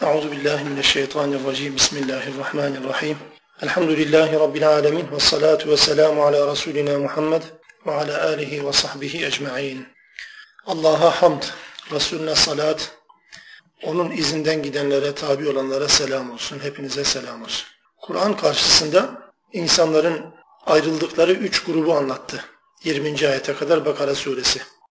Euzu billahi mineşşeytanirracim. Bismillahirrahmanirrahim. Elhamdülillahi rabbil alamin ve salatu vesselamu ala resulina Muhammed ve ala alihi ve sahbihi ecmaîn. Allah'a hamd, Resulüne salat, onun izinden gidenlere, tabi olanlara selam olsun. Hepinize selam olsun. Kur'an karşısında insanların ayrıldıkları 3 grubu anlattı. 20. ayete kadar Bakara suresi.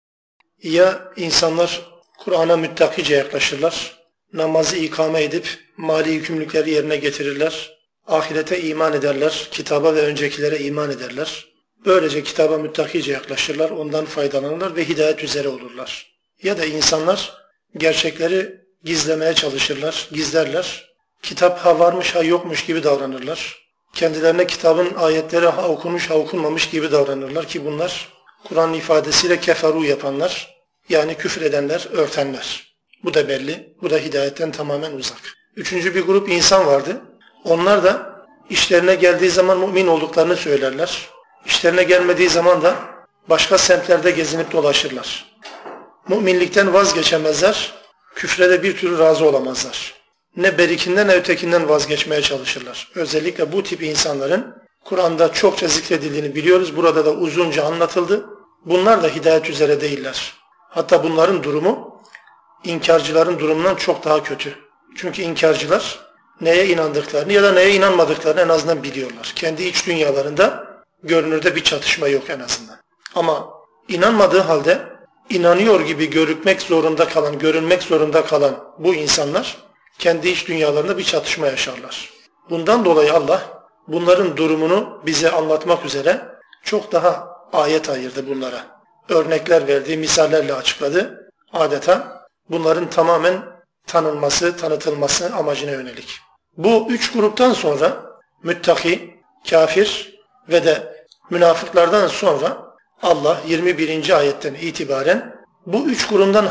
Ya insanlar Kur'an'a müttakice yaklaşırlar, namazı ikame edip mali yükümlülükleri yerine getirirler, ahirete iman ederler, kitaba ve öncekilere iman ederler. Böylece kitaba müttakice yaklaşırlar, ondan faydalanırlar ve hidayet üzere olurlar. Ya da insanlar gerçekleri gizlemeye çalışırlar, gizlerler. Kitap ha varmış ha yokmuş gibi davranırlar. Kendilerine kitabın ayetleri ha okunmuş ha okunmamış gibi davranırlar ki bunlar Kur'an'ın ifadesiyle keferu yapanlar, yani küfredenler, örtenler. Bu da belli, bu da hidayetten tamamen uzak. Üçüncü bir grup insan vardı. Onlar da işlerine geldiği zaman mümin olduklarını söylerler. İşlerine gelmediği zaman da başka semtlerde gezinip dolaşırlar. Müminlikten vazgeçemezler, küfre de bir türlü razı olamazlar. Ne berikinden ne ötekinden vazgeçmeye çalışırlar. Özellikle bu tip insanların Kur'an'da çokça zikredildiğini biliyoruz. Burada da uzunca anlatıldı. Bunlar da hidayet üzere değiller. Hatta bunların durumu inkarcıların durumundan çok daha kötü. Çünkü inkarcılar neye inandıklarını ya da neye inanmadıklarını en azından biliyorlar. Kendi iç dünyalarında görünürde bir çatışma yok en azından. Ama inanmadığı halde inanıyor gibi görünmek zorunda kalan bu insanlar kendi iç dünyalarında bir çatışma yaşarlar. Bundan dolayı Allah bunların durumunu bize anlatmak üzere çok daha ayet ayırdı bunlara. Örnekler verdi, misallerle açıkladı. Adeta bunların tamamen tanınması, tanıtılması amacına yönelik. Bu 3 gruptan sonra müttaki, kafir ve de münafıklardan sonra Allah 21. ayetten itibaren bu 3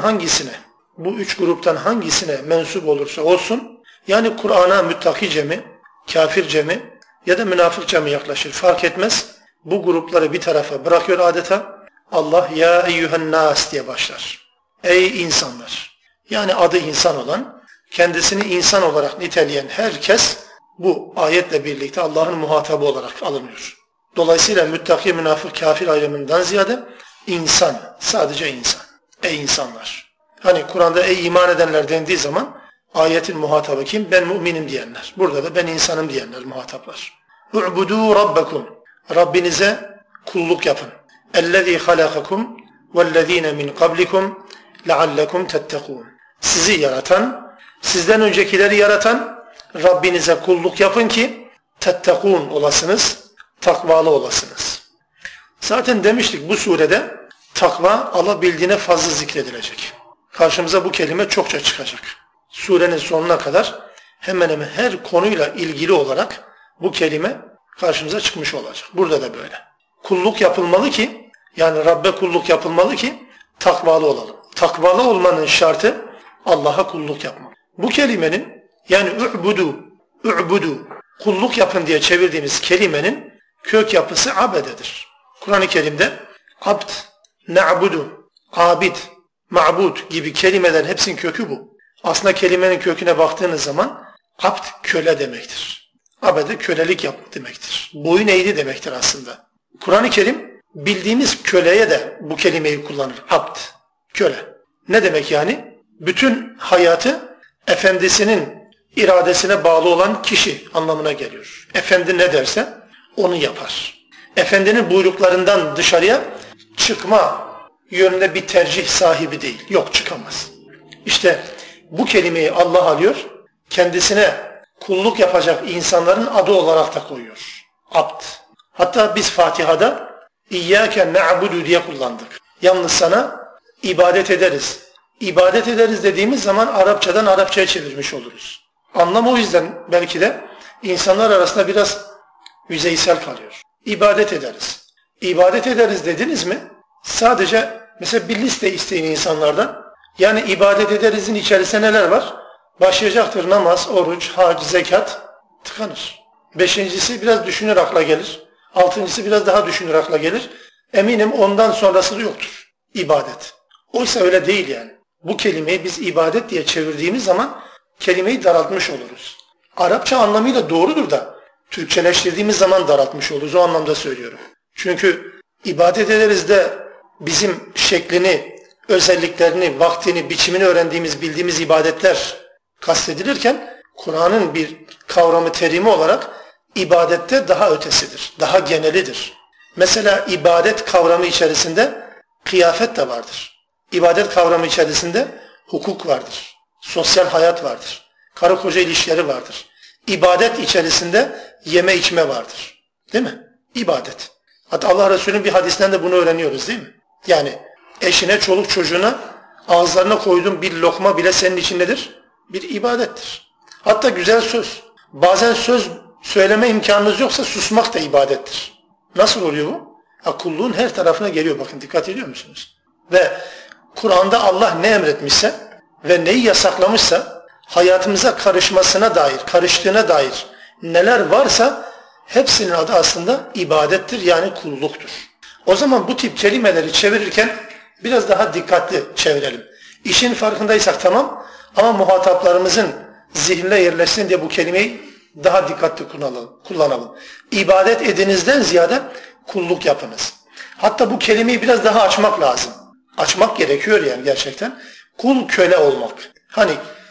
gruptan hangisine mensup olursa olsun, yani Kur'an'a müttakice mi, kafirce mi ya da münafıkça mı yaklaşır fark etmez. Bu grupları bir tarafa bırakıyor adeta. Allah ya eyyühen nas diye başlar. Ey insanlar! Yani adı insan olan, kendisini insan olarak niteleyen herkes bu ayetle birlikte Allah'ın muhatabı olarak alınıyor. Dolayısıyla müttaki, münafık, kafir ayrımından ziyade insan, sadece insan. Ey insanlar! Hani Kur'an'da ey iman edenler dendiği zaman ayetin muhatabı kim? Ben müminim diyenler. Burada da ben insanım diyenler muhataplar. U'budu rabbakum. Rabbinize kulluk yapın. اَلَّذ۪ي خَلَقَكُمْ وَالَّذ۪ينَ مِنْ قَبْلِكُمْ لَعَلَّكُمْ تَتَّقُونَ. Sizi yaratan, sizden öncekileri yaratan Rabbinize kulluk yapın ki tettekûn olasınız, takvalı olasınız. Zaten demiştik bu surede takva alabildiğine fazla zikredilecek. Karşımıza bu kelime çokça çıkacak. Surenin sonuna kadar hemen hemen her konuyla ilgili olarak bu kelime karşımıza çıkmış olacak. Burada da böyle. Kulluk yapılmalı ki, yani Rabbe kulluk yapılmalı ki takvalı olalım. Takvalı olmanın şartı Allah'a kulluk yapmak. Bu kelimenin, yani u'budu, kulluk yapın diye çevirdiğimiz kelimenin kök yapısı abededir. Kur'an-ı Kerim'de abd, na'budu, abid, ma'bud gibi kelimelerin hepsinin kökü bu. Aslında kelimenin köküne baktığınız zaman abd köle demektir. Abede kölelik yapmak demektir. Boyun eğdi demektir aslında. Kur'an-ı Kerim bildiğimiz köleye de bu kelimeyi kullanır. Abd, köle. Ne demek yani? Bütün hayatı efendisinin iradesine bağlı olan kişi anlamına geliyor. Efendi ne derse onu yapar. Efendinin buyruklarından dışarıya çıkma yönünde bir tercih sahibi değil. Yok, çıkamaz. İşte bu kelimeyi Allah alıyor, kendisine kulluk yapacak insanların adı olarak da koyuyor. Abd. Hatta biz Fatiha'da İyyâke na'budu diye kullandık. Yalnız sana ibadet ederiz. İbadet ederiz dediğimiz zaman Arapçadan Arapçaya çevirmiş oluruz. Anlam o yüzden belki de insanlar arasında biraz yüzeysel kalıyor. İbadet ederiz. İbadet ederiz dediniz mi? Sadece mesela bir liste isteyin insanlardan. Yani ibadet ederizin içerisinde neler var? Başlayacaktır namaz, oruç, hac, zekat, tıkanır. Beşincisi biraz düşünür akla gelir. Altıncısı biraz daha düşünür akla gelir. Eminim ondan sonrası yoktur. İbadet. Oysa öyle değil yani. Bu kelimeyi biz ibadet diye çevirdiğimiz zaman kelimeyi daraltmış oluruz. Arapça anlamıyla doğrudur da Türkçeleştirdiğimiz zaman daraltmış oluruz. O anlamda söylüyorum. Çünkü ibadet ederiz de bizim şeklini, özelliklerini, vaktini, biçimini öğrendiğimiz, bildiğimiz ibadetler kastedilirken Kur'an'ın bir kavramı, terimi olarak ibadette daha ötesidir, daha genelidir. Mesela ibadet kavramı içerisinde kıyafet de vardır. İbadet kavramı içerisinde hukuk vardır. Sosyal hayat vardır. Karı koca ilişkileri vardır. İbadet içerisinde yeme içme vardır. Değil mi? İbadet. Hatta Allah Resulü'nün bir hadisinden de bunu öğreniyoruz değil mi? Yani eşine, çoluk çocuğuna ağızlarına koyduğun bir lokma bile senin için nedir? Bir ibadettir. Hatta güzel söz. Bazen söz söyleme imkanınız yoksa susmak da ibadettir. Nasıl oluyor bu? Kulluğun her tarafına geliyor. Bakın dikkat ediyor musunuz? Ve Kur'an'da Allah ne emretmişse ve neyi yasaklamışsa hayatımıza karışmasına dair, karıştığına dair neler varsa hepsinin adı aslında ibadettir, yani kulluktur. O zaman bu tip kelimeleri çevirirken biraz daha dikkatli çevirelim. İşin farkındaysak tamam, ama muhataplarımızın zihnine yerleşsin diye bu kelimeyi daha dikkatli kullanalım. İbadet edinizden ziyade kulluk yapınız. Hatta bu kelimeyi biraz daha açmak lazım. Açmak gerekiyor yani gerçekten. Kul köle olmak. Hani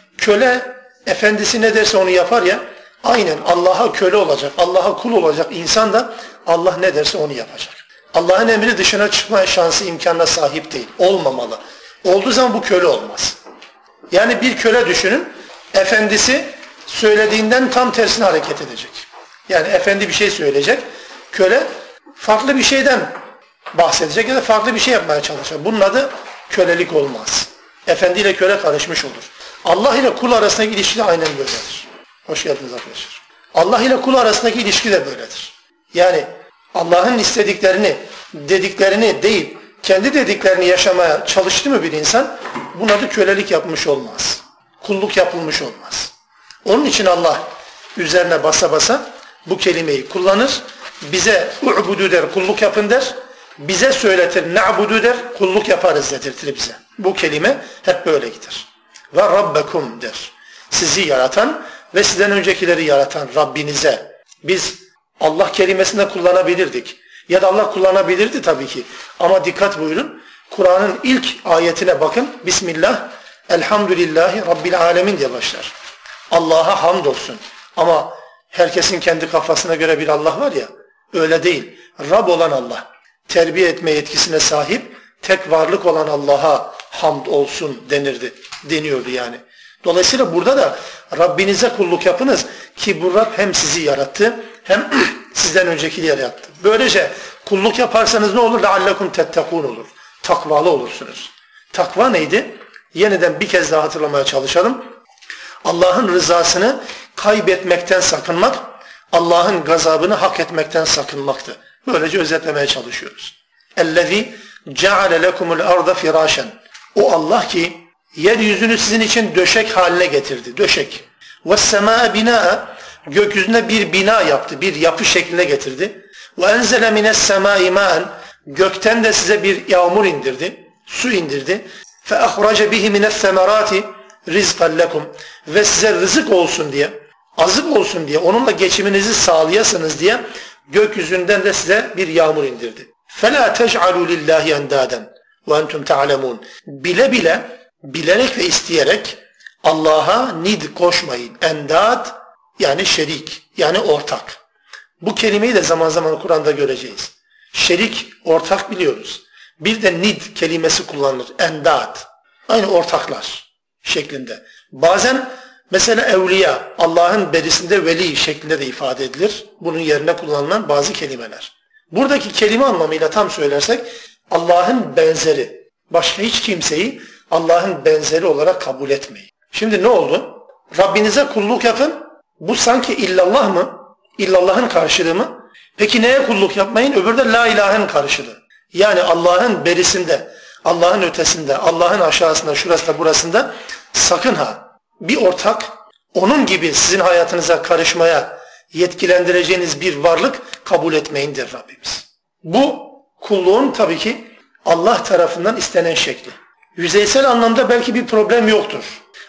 köle efendisi ne derse onu yapar ya, aynen Allah'a köle olacak, Allah'a kul olacak insan da Allah ne derse onu yapacak. Allah'ın emri dışına çıkma şansı, imkanına sahip değil. Olmamalı. Olduğu zaman bu köle olmaz. Yani bir köle düşünün, efendisi söylediğinden tam tersine hareket edecek. Yani efendi bir şey söyleyecek, köle farklı bir şeyden bahsedecek ya da farklı bir şey yapmaya çalışacak. Bunun adı kölelik olmaz. Efendi ile köle karışmış olur. Allah ile kul arasındaki ilişki de aynen böyledir. Hoş geldiniz arkadaşlar. Allah ile kul arasındaki ilişki de böyledir. Yani Allah'ın istediklerini, dediklerini değil, kendi dediklerini yaşamaya çalıştı mı bir insan, bunun adı kölelik yapmış olmaz. Kulluk yapılmış olmaz. Onun için Allah üzerine basa basa bu kelimeyi kullanır. Bize u'budu der, kulluk yapın der. Bize söyletir, na'budu der, kulluk yaparız dedirtir bize. Bu kelime hep böyle gider. Ve Rabbekum der. Sizi yaratan ve sizden öncekileri yaratan Rabbinize. Biz Allah kelimesini kullanabilirdik. Ya da Allah kullanabilirdi tabii ki. Ama dikkat buyurun. Kur'an'ın ilk ayetine bakın. Bismillah, elhamdülillahi Rabbil alemin diye başlar. Allah'a hamdolsun. Ama herkesin kendi kafasına göre bir Allah var ya, öyle değil. Rab olan Allah, terbiye etme yetkisine sahip, tek varlık olan Allah'a hamd olsun deniyordu yani. Dolayısıyla burada da Rabbinize kulluk yapınız ki bu Rab hem sizi yarattı hem sizden öncekileri yarattı. Böylece kulluk yaparsanız ne olur? لَعَلَّكُمْ تَتَّقُونَ olur. Takvalı olursunuz. Takva neydi? Yeniden bir kez daha hatırlamaya çalışalım. Allah'ın rızasını kaybetmekten sakınmak, Allah'ın gazabını hak etmekten sakınmaktı. Böylece özetlemeye çalışıyoruz. اَلَّذ۪ي جَعَلَ لَكُمُ الْاَرْضَ فِرَاشًا O Allah ki yeryüzünü sizin için döşek haline getirdi. Döşek. وَالسَّمَاءَ بِنَاءَ Gökyüzüne bir bina yaptı, bir yapı şekline getirdi. وَاَنْزَلَ مِنَ السَّمَاءِ مَاءً Gökten de size bir yağmur indirdi, su indirdi. فَأَخْرَجَ بِهِ مِنَ الثَّمَرَاتِ رِزْقًا لَكُمْ Ve size rızık olsun diye, azık olsun diye, onunla geçiminizi sağlayasınız diye gökyüzünden de size bir yağmur indirdi. فَلَا تَجْعَلُوا لِلّٰهِ اَنْدَادًا وَاَنْتُمْ تَعْلَمُونَ Bile, bilerek ve isteyerek Allah'a nid koşmayın. Endad yani şerik, yani ortak. Bu kelimeyi de zaman zaman Kur'an'da göreceğiz. Şerik, ortak biliyoruz. Bir de nid kelimesi kullanılır. Endad. Aynı ortaklar şeklinde. Bazen mesela evliya, Allah'ın berisinde veli şeklinde de ifade edilir. Bunun yerine kullanılan bazı kelimeler. Buradaki kelime anlamıyla tam söylersek Allah'ın benzeri. Başka hiç kimseyi Allah'ın benzeri olarak kabul etmeyin. Şimdi ne oldu? Rabbinize kulluk yapın. Bu sanki illallah mı? İllallah'ın karşılığı mı? Peki neye kulluk yapmayın? Öbürü de la ilahen karşılığı. Yani Allah'ın berisinde, Allah'ın ötesinde, Allah'ın aşağısında, şurasında, burasında sakın ha bir ortak, onun gibi sizin hayatınıza karışmaya yetkilendireceğiniz bir varlık kabul etmeyin der Rabbimiz. Bu kulluğun tabii ki Allah tarafından istenen şekli. Yüzeysel anlamda belki bir problem yoktur.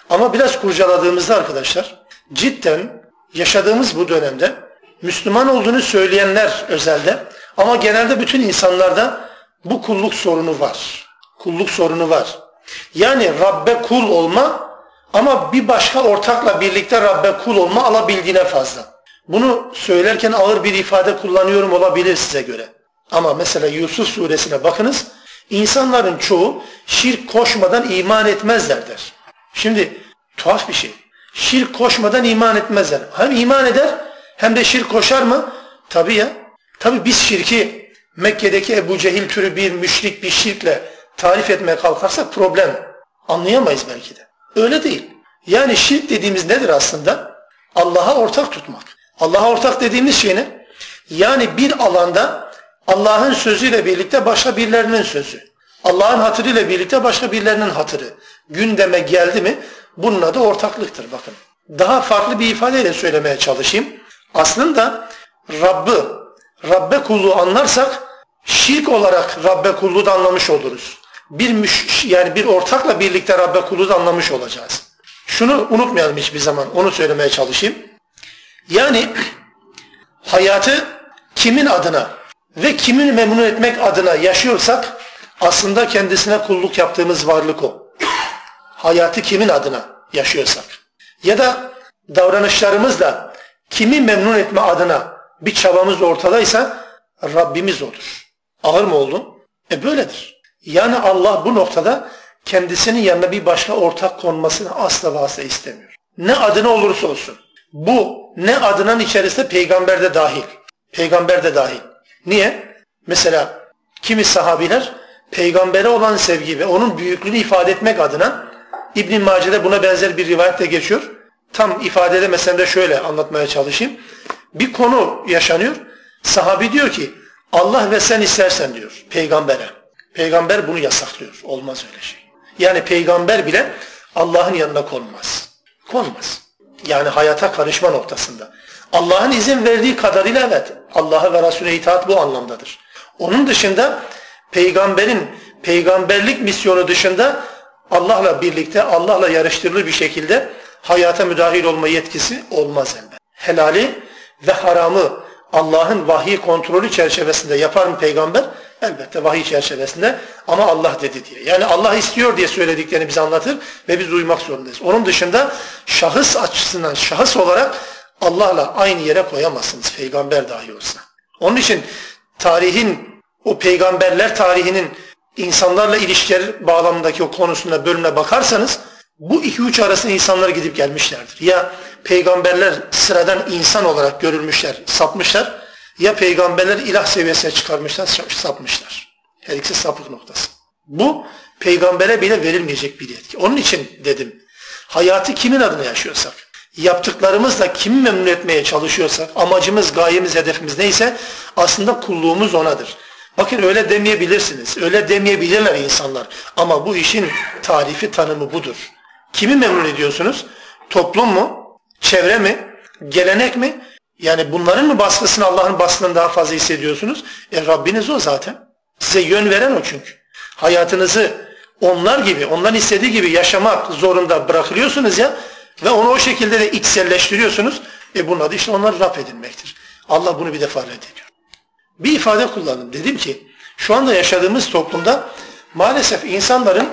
Ama biraz kurcaladığımızda arkadaşlar, cidden yaşadığımız bu dönemde Müslüman olduğunu söyleyenler özelde ama genelde bütün insanlarda bu kulluk sorunu var. Kulluk sorunu var. Yani Rabbe kul olma ama bir başka ortakla birlikte Rabbe kul olma alabildiğine fazla. Bunu söylerken ağır bir ifade kullanıyorum olabilir size göre. Ama mesela Yusuf suresine bakınız. İnsanların çoğu şirk koşmadan iman etmezler der. Şimdi tuhaf bir şey. Şirk koşmadan iman etmezler. Hem iman eder hem de şirk koşar mı? Tabii ya. Tabii biz şirki Mekke'deki Ebu Cehil türü bir müşrik bir şirkle tarif etmeye kalkarsak problem. Anlayamayız belki de. Öyle değil. Yani şirk dediğimiz nedir aslında? Allah'a ortak tutmak. Allah'a ortak dediğimiz şey ne? Yani bir alanda Allah'ın sözüyle birlikte başka birilerinin sözü. Allah'ın hatırıyla birlikte başka birilerinin hatırı. Gündeme geldi mi bunun adı ortaklıktır bakın. Daha farklı bir ifadeyle söylemeye çalışayım. Aslında Rabbe kulluğu anlarsak şirk olarak Rabbe kulluğu da anlamış oluruz. Bir ortakla birlikte Rabbe kulluğu da anlamış olacağız. Şunu unutmayalım hiçbir zaman, onu söylemeye çalışayım. Yani hayatı kimin adına ve kimi memnun etmek adına yaşıyorsak aslında kendisine kulluk yaptığımız varlık o. Hayatı kimin adına yaşıyorsak ya da davranışlarımızla kimi memnun etme adına bir çabamız ortadaysa Rabbimiz odur. Ağır mı oldu? Böyledir. Yani Allah bu noktada kendisinin yanına bir başka ortak konmasını asla ve asla istemiyor. Ne adına olursa olsun. Bu ne adının içerisinde peygamber de dahil. Peygamber de dahil. Niye? Mesela kimi sahabiler peygambere olan sevgi ve onun büyüklüğünü ifade etmek adına İbn-i Mace'de buna benzer bir rivayet de geçiyor. Tam ifade edemesem de şöyle anlatmaya çalışayım. Bir konu yaşanıyor. Sahabi diyor ki Allah ve sen istersen diyor peygambere. Peygamber bunu yasaklıyor. Olmaz öyle şey. Yani peygamber bile Allah'ın yanına konmaz. Konmaz. Yani hayata karışma noktasında. Allah'ın izin verdiği kadarıyla evet. Allah'a ve Resulüne itaat bu anlamdadır. Onun dışında peygamberin peygamberlik misyonu dışında Allah'la birlikte, Allah'la yarıştırılı bir şekilde hayata müdahil olma yetkisi olmaz elbette. Helali ve haramı Allah'ın vahiy kontrolü çerçevesinde yapar mı peygamber? Elbette vahiy çerçevesinde ama Allah dedi diye. Yani Allah istiyor diye söylediklerini bize anlatır ve biz uymak zorundayız. Onun dışında şahıs açısından, şahıs olarak Allah'la aynı yere koyamazsınız peygamber dahi olsa. Onun için o peygamberler tarihinin insanlarla ilişkiler bağlamındaki o konusunda bölümüne bakarsanız bu iki uç arasında insanlar gidip gelmişlerdir. Ya peygamberler sıradan insan olarak görülmüşler, sapmışlar ya peygamberler ilah seviyesine çıkarmışlar, sapmışlar. Her ikisi sapık noktası. Bu peygambere bile verilmeyecek bir yetki. Onun için dedim hayatı kimin adına yaşıyorsak, yaptıklarımızla kimi memnun etmeye çalışıyorsak, amacımız, gayemiz, hedefimiz neyse aslında kulluğumuz onadır. Bakın öyle demeyebilirsiniz, öyle demeyebilirler insanlar ama bu işin tarifi, tanımı budur. Kimi memnun ediyorsunuz? Toplum mu? Çevre mi? Gelenek mi? Yani bunların mı baskısını Allah'ın baskısından daha fazla hissediyorsunuz? Rabbiniz o zaten. Size yön veren o çünkü. Hayatınızı onlar gibi, onların istediği gibi yaşamak zorunda bırakılıyorsunuz ya ve onu o şekilde de içselleştiriyorsunuz. Bunun adı işte onlar Rab edinmektir. Allah bunu bir defa reddediyor. Bir ifade kullandım. Dedim ki şu anda yaşadığımız toplumda maalesef insanların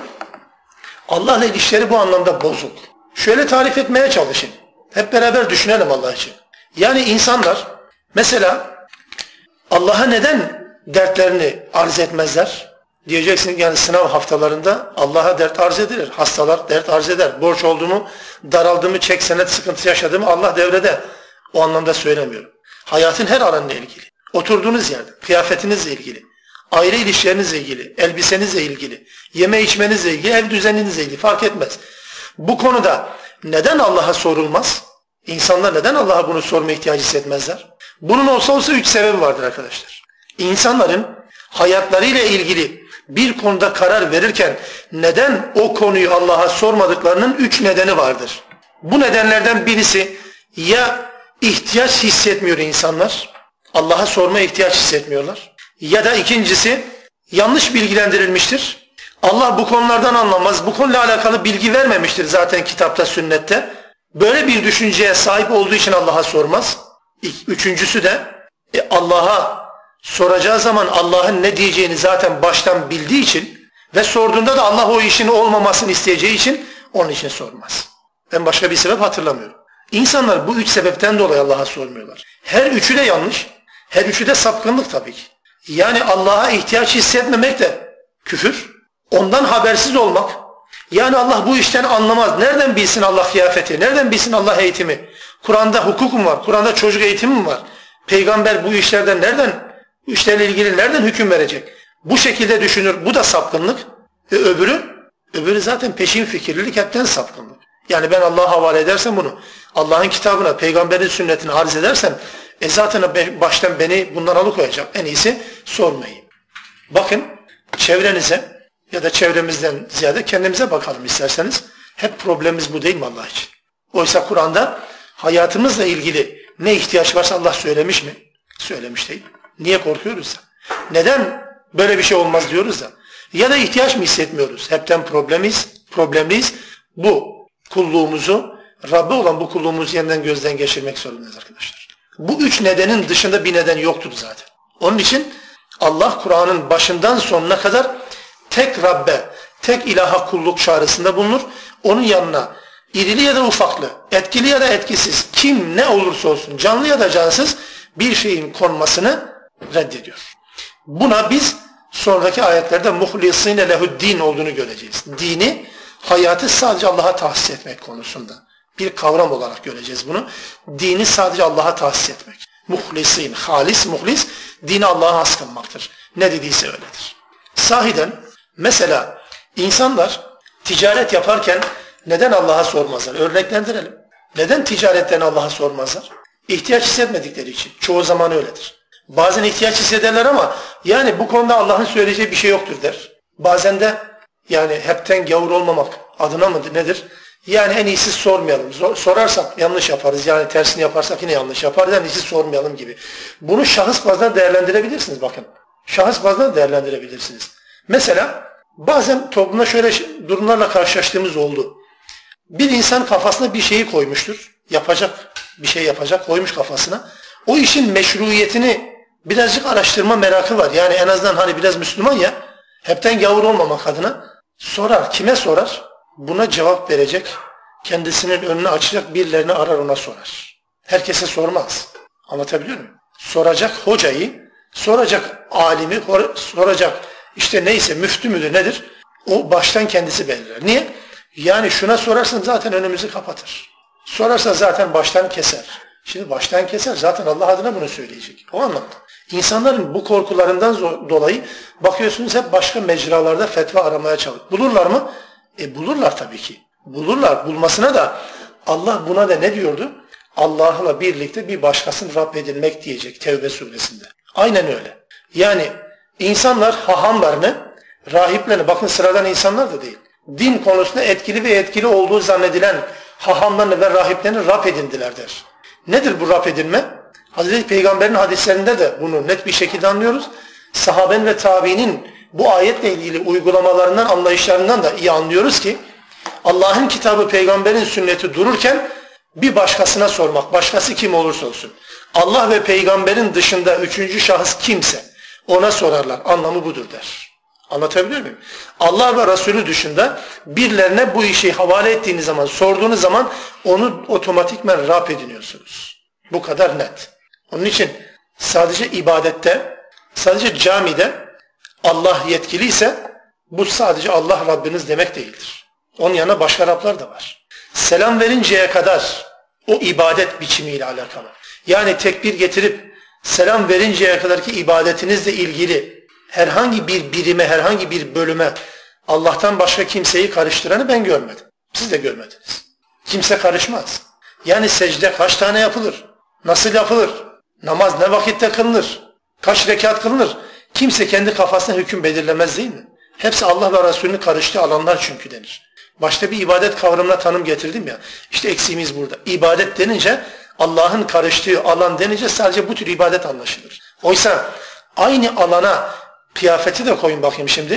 Allah'la ilişkileri bu anlamda bozuk. Şöyle tarif etmeye çalışayım. Hep beraber düşünelim Allah için. Yani insanlar mesela Allah'a neden dertlerini arz etmezler? Diyeceksin yani sınav haftalarında Allah'a dert arz edilir. Hastalar dert arz eder. Borç olduğumu, daraldığımı, çek senet sıkıntısı yaşadığımı Allah devrede. O anlamda söylemiyorum. Hayatın her alanıyla ilgili. Oturduğunuz yerde, kıyafetinizle ilgili, aile ilişkilerinizle ilgili, elbisenizle ilgili, yeme içmenizle ilgili, ev düzeninizle ilgili fark etmez. Bu konuda neden Allah'a sorulmaz? İnsanlar neden Allah'a bunu sorma ihtiyacı hissetmezler? Bunun olsa 3 sebebi vardır arkadaşlar. İnsanların hayatlarıyla ilgili bir konuda karar verirken neden o konuyu Allah'a sormadıklarının 3 nedeni vardır. Bu nedenlerden birisi ya ihtiyaç hissetmiyor insanlar, Allah'a sorma ihtiyaç hissetmiyorlar. Ya da ikincisi yanlış bilgilendirilmiştir. Allah bu konulardan anlamaz. Bu konuyla alakalı bilgi vermemiştir zaten kitapta, sünnette. Böyle bir düşünceye sahip olduğu için Allah'a sormaz. Üçüncüsü de Allah'a soracağı zaman Allah'ın ne diyeceğini zaten baştan bildiği için ve sorduğunda da Allah o işin olmamasını isteyeceği için onun için sormaz. Ben başka bir sebep hatırlamıyorum. İnsanlar bu üç sebepten dolayı Allah'a sormuyorlar. Her üçü de yanlış. Her üçü de sapkınlık tabii ki. Yani Allah'a ihtiyaç hissetmemek de küfür. Ondan habersiz olmak. Yani Allah bu işten anlamaz. Nereden bilsin Allah kıyafeti? Nereden bilsin Allah eğitimi? Kur'an'da hukuk mu var? Kur'an'da çocuk eğitimi mi var? Peygamber bu işlerden bu işlerle ilgili nereden hüküm verecek? Bu şekilde düşünür. Bu da sapkınlık. Öbürü zaten peşin fikirlilik, hepten sapkınlık. Yani ben Allah'a havale edersem bunu, Allah'ın kitabına, peygamberin sünnetine arz edersem, zaten baştan beni bundan alıkoyacak. En iyisi sormayayım. Bakın çevrenize ya da çevremizden ziyade kendimize bakalım isterseniz. Hep problemimiz bu değil mi Allah için? Oysa Kur'an'da hayatımızla ilgili ne ihtiyaç varsa Allah söylemiş mi? Söylemiş değil. Niye korkuyoruz da? Neden böyle bir şey olmaz diyoruz da? Ya da ihtiyaç mı hissetmiyoruz? Hepten problemliyiz. Bu kulluğumuzu, Rabbe olan bu kulluğumuzu yeniden gözden geçirmek zorundayız arkadaşlar. Bu üç nedenin dışında bir neden yoktur zaten. Onun için Allah Kur'an'ın başından sonuna kadar tek Rabbe, tek ilaha kulluk çağrısında bulunur. Onun yanına irili ya da ufaklı, etkili ya da etkisiz, kim ne olursa olsun, canlı ya da cansız bir şeyin konmasını reddediyor. Buna biz sonraki ayetlerde muhlisine lehu'd-din olduğunu göreceğiz. Dini, hayatı sadece Allah'a tahsis etmek konusunda. Bir kavram olarak göreceğiz bunu. Dini sadece Allah'a tahsis etmek. Muhlisin, halis, muhlis, dini Allah'a has kılmaktır. Ne dediyse öyledir. Sahiden, mesela insanlar ticaret yaparken neden Allah'a sormazlar? Örneklendirelim. Neden ticaretten Allah'a sormazlar? İhtiyaç hissetmedikleri için. Çoğu zaman öyledir. Bazen ihtiyaç hissederler ama yani bu konuda Allah'ın söyleyeceği bir şey yoktur der. Bazen de yani hepten gavur olmamak adına mı nedir? Yani en iyisi sormayalım. Sorarsak yanlış yaparız. Yani tersini yaparsak yine yanlış yaparız. En iyisi sormayalım gibi. Bunu şahıs bazında değerlendirebilirsiniz bakın. Şahıs bazında değerlendirebilirsiniz. Mesela bazen toplumda şöyle durumlarla karşılaştığımız oldu. Bir insan kafasına bir şeyi koymuştur. Bir şey yapacak, koymuş kafasına. O işin meşruiyetini birazcık araştırma merakı var. Yani en azından hani biraz Müslüman ya, hepten gavur olmamak adına sorar. Kime sorar? Buna cevap verecek, kendisinin önünü açacak birilerini arar, ona sorar. Herkese sormaz. Anlatabiliyor muyum? Soracak hocayı, soracak alimi, soracak işte neyse müftü müdür nedir? O baştan kendisi belirler. Niye? Yani şuna sorarsan zaten önümüzü kapatır. Sorarsa zaten baştan keser. Şimdi baştan keser zaten Allah adına bunu söyleyecek. O anlamda. İnsanların bu korkularından dolayı bakıyorsunuz hep başka mecralarda fetva aramaya çalışıyor. Bulurlar mı? Bulurlar tabii ki. Bulurlar. Bulmasına da Allah buna da ne diyordu? Allah'la birlikte bir başkasını Rab edinmek diyecek Tevbe suresinde. Aynen öyle. Yani insanlar hahamlarını, rahiplerini, bakın sıradan insanlar da değil, din konusunda etkili olduğu zannedilen hahamlarını ve rahiplerini Rab edindiler der. Nedir bu Rab edinme? Hazreti Peygamber'in hadislerinde de bunu net bir şekilde anlıyoruz. Sahabenin ve tabiinin bu ayetle ilgili uygulamalarından, anlayışlarından da iyi anlıyoruz ki Allah'ın kitabı, peygamberin sünneti dururken bir başkasına sormak, başkası kim olursa olsun. Allah ve peygamberin dışında üçüncü şahıs kimse ona sorarlar. Anlamı budur der. Anlatabiliyor muyum? Allah ve Resulü dışında birilerine bu işi havale ettiğiniz zaman, sorduğunuz zaman onu otomatikmen Rab ediniyorsunuz. Bu kadar net. Onun için sadece ibadette, sadece camide Allah yetkiliyse bu sadece Allah Rabbiniz demek değildir. Onun yanına başka Rablar da var. Selam verinceye kadar o ibadet biçimiyle alakalı. Yani tekbir getirip selam verinceye kadarki ibadetinizle ilgili herhangi bir birime, herhangi bir bölüme Allah'tan başka kimseyi karıştıranı ben görmedim. Siz de görmediniz. Kimse karışmaz. Yani secde kaç tane yapılır? Nasıl yapılır? Namaz ne vakitte kılınır? Kaç rekat kılınır? Kimse kendi kafasına hüküm belirlemez değil mi? Hepsi Allah ve Resulünün karıştığı alanlar çünkü denir. Başta bir ibadet kavramına tanım getirdim ya. İşte eksiğimiz burada. İbadet denince, Allah'ın karıştığı alan denince sadece bu tür ibadet anlaşılır. Oysa aynı alana kıyafeti de koyun bakayım şimdi.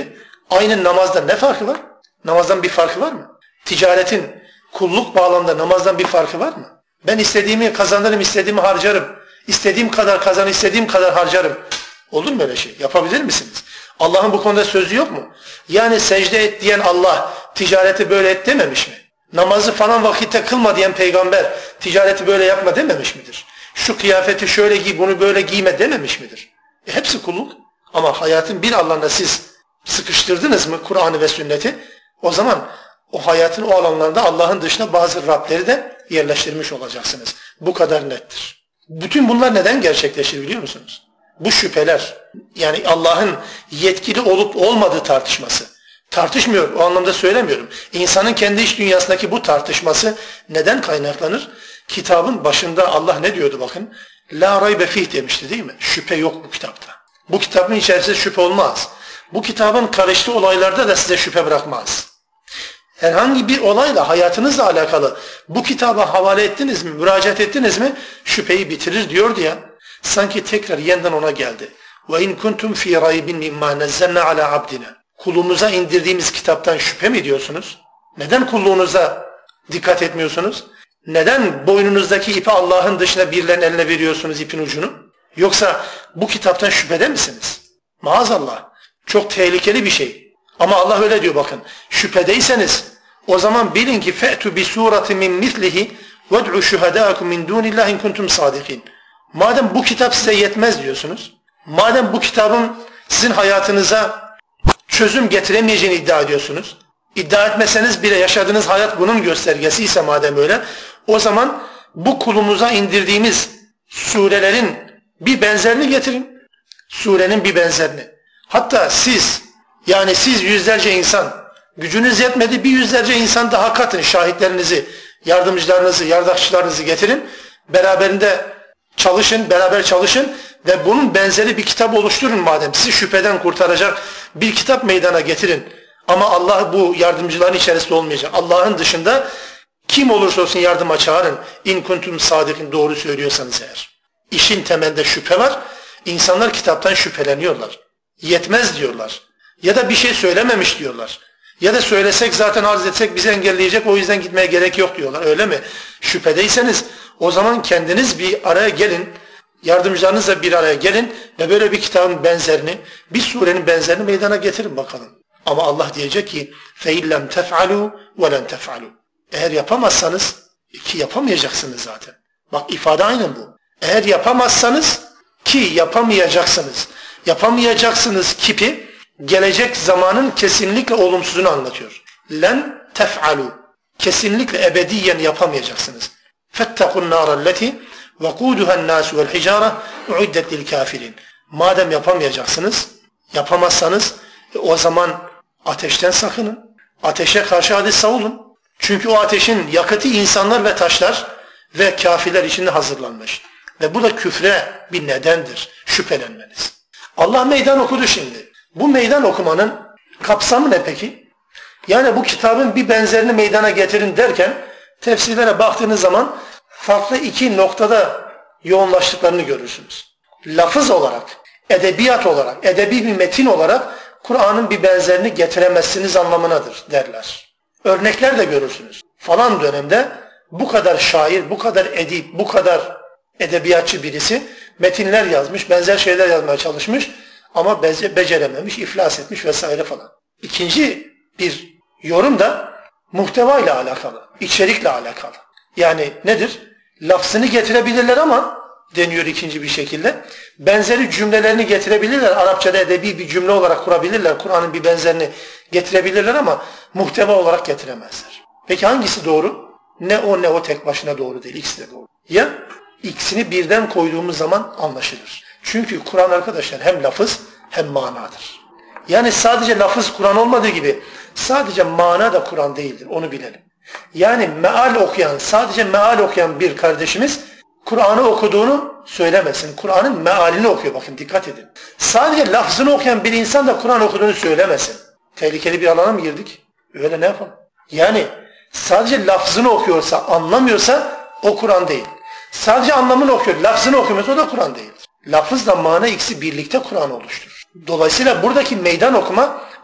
Aynı namazda ne farkı var? Namazdan bir farkı var mı? Ticaretin kulluk bağlamında namazdan bir farkı var mı? Ben istediğimi kazanırım, istediğimi harcarım. İstediğim kadar kazan, istediğim kadar harcarım. Olur mu böyle şey? Yapabilir misiniz? Allah'ın bu konuda sözü yok mu? Yani secde et diyen Allah ticareti böyle et dememiş mi? Namazı falan vakitte kılma diyen peygamber ticareti böyle yapma dememiş midir? Şu kıyafeti şöyle giy, bunu böyle giyme dememiş midir? Hepsi kulluk. Ama hayatın bir alanında siz sıkıştırdınız mı Kur'an'ı ve sünneti? O zaman o hayatın o alanlarında Allah'ın dışında bazı Rableri de yerleştirmiş olacaksınız. Bu kadar nettir. Bütün bunlar neden gerçekleşir biliyor musunuz? Bu şüpheler, yani Allah'ın yetkili olup olmadığı tartışması. Tartışmıyor, o anlamda söylemiyorum. İnsanın kendi iç dünyasındaki bu tartışması neden kaynaklanır? Kitabın başında Allah ne diyordu bakın? La raybe fih demişti değil mi? Şüphe yok bu kitapta. Bu kitabın içerisinde şüphe olmaz. Bu kitabın karıştığı olaylarda da size şüphe bırakmaz. Herhangi bir olayla, hayatınızla alakalı bu kitaba havale ettiniz mi, müracaat ettiniz mi, şüpheyi bitirir diyordu ya. Sanki tekrar yeniden ona geldi. وَاِنْ كُنْتُمْ ف۪ي رَيْبٍ مِمَّا نَزَّلْنَا عَلَى عَبْدِنَا Kulumuza indirdiğimiz kitaptan şüphe mi ediyorsunuz? Neden kulluğunuza dikkat etmiyorsunuz? Neden boynunuzdaki ipi Allah'ın dışında birilerinin eline veriyorsunuz ipin ucunu? Yoksa bu kitaptan şüphede misiniz? Maazallah. Çok tehlikeli bir şey. Ama Allah öyle diyor bakın. Şüphedeyseniz o zaman bilin ki فَأْتُ بِسُورَةٍ مِنْ مِثْلِهِ وَادْعُوا شُهَدَاءَكُمْ مِنْ دُونِ اللّٰهِ اِنْ كُنْتُمْ صَادِقِينَ Madem bu kitap size yetmez diyorsunuz, madem bu kitabın sizin hayatınıza çözüm getiremeyeceğini iddia ediyorsunuz, iddia etmeseniz bile yaşadığınız hayat bunun göstergesi ise madem öyle, o zaman bu kulumuza indirdiğimiz surelerin bir benzerini getirin. Surenin bir benzerini. Hatta siz, yani siz yüzlerce insan, gücünüz yetmedi bir yüzlerce insan daha katın, şahitlerinizi, yardımcılarınızı, yardakçılarınızı getirin, beraberinde çalışın, beraber çalışın ve bunun benzeri bir kitap oluşturun madem. Sizi şüpheden kurtaracak bir kitap meydana getirin. Ama Allah bu yardımcıların içerisinde olmayacak. Allah'ın dışında kim olursa olsun yardıma çağırın. İn kuntum sadikin, doğru söylüyorsanız eğer. İşin temelinde şüphe var. İnsanlar kitaptan şüpheleniyorlar. Yetmez diyorlar. Ya da bir şey söylememiş diyorlar. Ya da söylesek zaten arz etsek bizi engelleyecek, o yüzden gitmeye gerek yok diyorlar. Öyle mi? Şüphedeyseniz o zaman kendiniz bir araya gelin, yardımcılarınızla bir araya gelin ve böyle bir kitabın benzerini, bir surenin benzerini meydana getirin bakalım. Ama Allah diyecek ki فَاِلَّمْ تَفْعَلُوا وَلَنْ تَفْعَلُوا Eğer yapamazsanız, ki yapamayacaksınız zaten. Bak ifade aynen bu. Eğer yapamazsanız, ki yapamayacaksınız. Yapamayacaksınız kipi gelecek zamanın kesinlikle olumsuzunu anlatıyor. Len tef'alu. Kesinlikle ebediyen yapamayacaksınız. Fettekun nârelleti vekûduhen nâsu vel hicâre uiddet lil kâfirin. Madem yapamayacaksınız, yapamazsanız o zaman ateşten sakının. Ateşe karşı hadi savunun. Çünkü o ateşin yakıtı insanlar ve taşlar ve kafirler içinde hazırlanmış. Ve bu da küfre bir nedendir, şüphelenmeniz. Allah meydan okudu şimdi. Bu meydan okumanın kapsamı ne peki? Yani bu kitabın bir benzerini meydana getirin derken tefsirlere baktığınız zaman farklı iki noktada yoğunlaştıklarını görürsünüz. Lafız olarak, edebiyat olarak, edebi bir metin olarak Kur'an'ın bir benzerini getiremezsiniz anlamınadır derler. Örnekler de görürsünüz. Falan dönemde bu kadar şair, bu kadar edip, bu kadar edebiyatçı birisi metinler yazmış, benzer şeyler yazmaya çalışmış ama becerememiş, iflas etmiş vesaire falan. İkinci bir yorum da muhtevayla alakalı, içerikle alakalı. Yani nedir? Lafzını getirebilirler ama deniyor ikinci bir şekilde. Benzeri cümlelerini getirebilirler. Arapçada edebi bir cümle olarak kurabilirler. Kur'an'ın bir benzerini getirebilirler ama muhteva olarak getiremezler. Peki hangisi doğru? Ne o ne o tek başına doğru değil. İkisi de doğru. Ya ikisini birden koyduğumuz zaman anlaşılır. Çünkü Kur'an arkadaşlar hem lafız hem manadır. Yani sadece lafız Kur'an olmadığı gibi sadece mana da Kur'an değildir. Onu bilelim. Yani meal okuyan, sadece meal okuyan bir kardeşimiz Kur'an'ı okuduğunu söylemesin. Kur'an'ın mealini okuyor. Bakın dikkat edin. Sadece lafzını okuyan bir insan da Kur'an okuduğunu söylemesin. Tehlikeli bir alana mı girdik? Öyle ne yapalım? Yani sadece lafzını okuyorsa, anlamıyorsa o Kur'an değil. Sadece anlamını okuyor, lafzını okumuyorsa o da Kur'an değildir. Lafızla mana ikisi birlikte Kur'an oluşturur. Dolayısıyla buradaki meydan okuma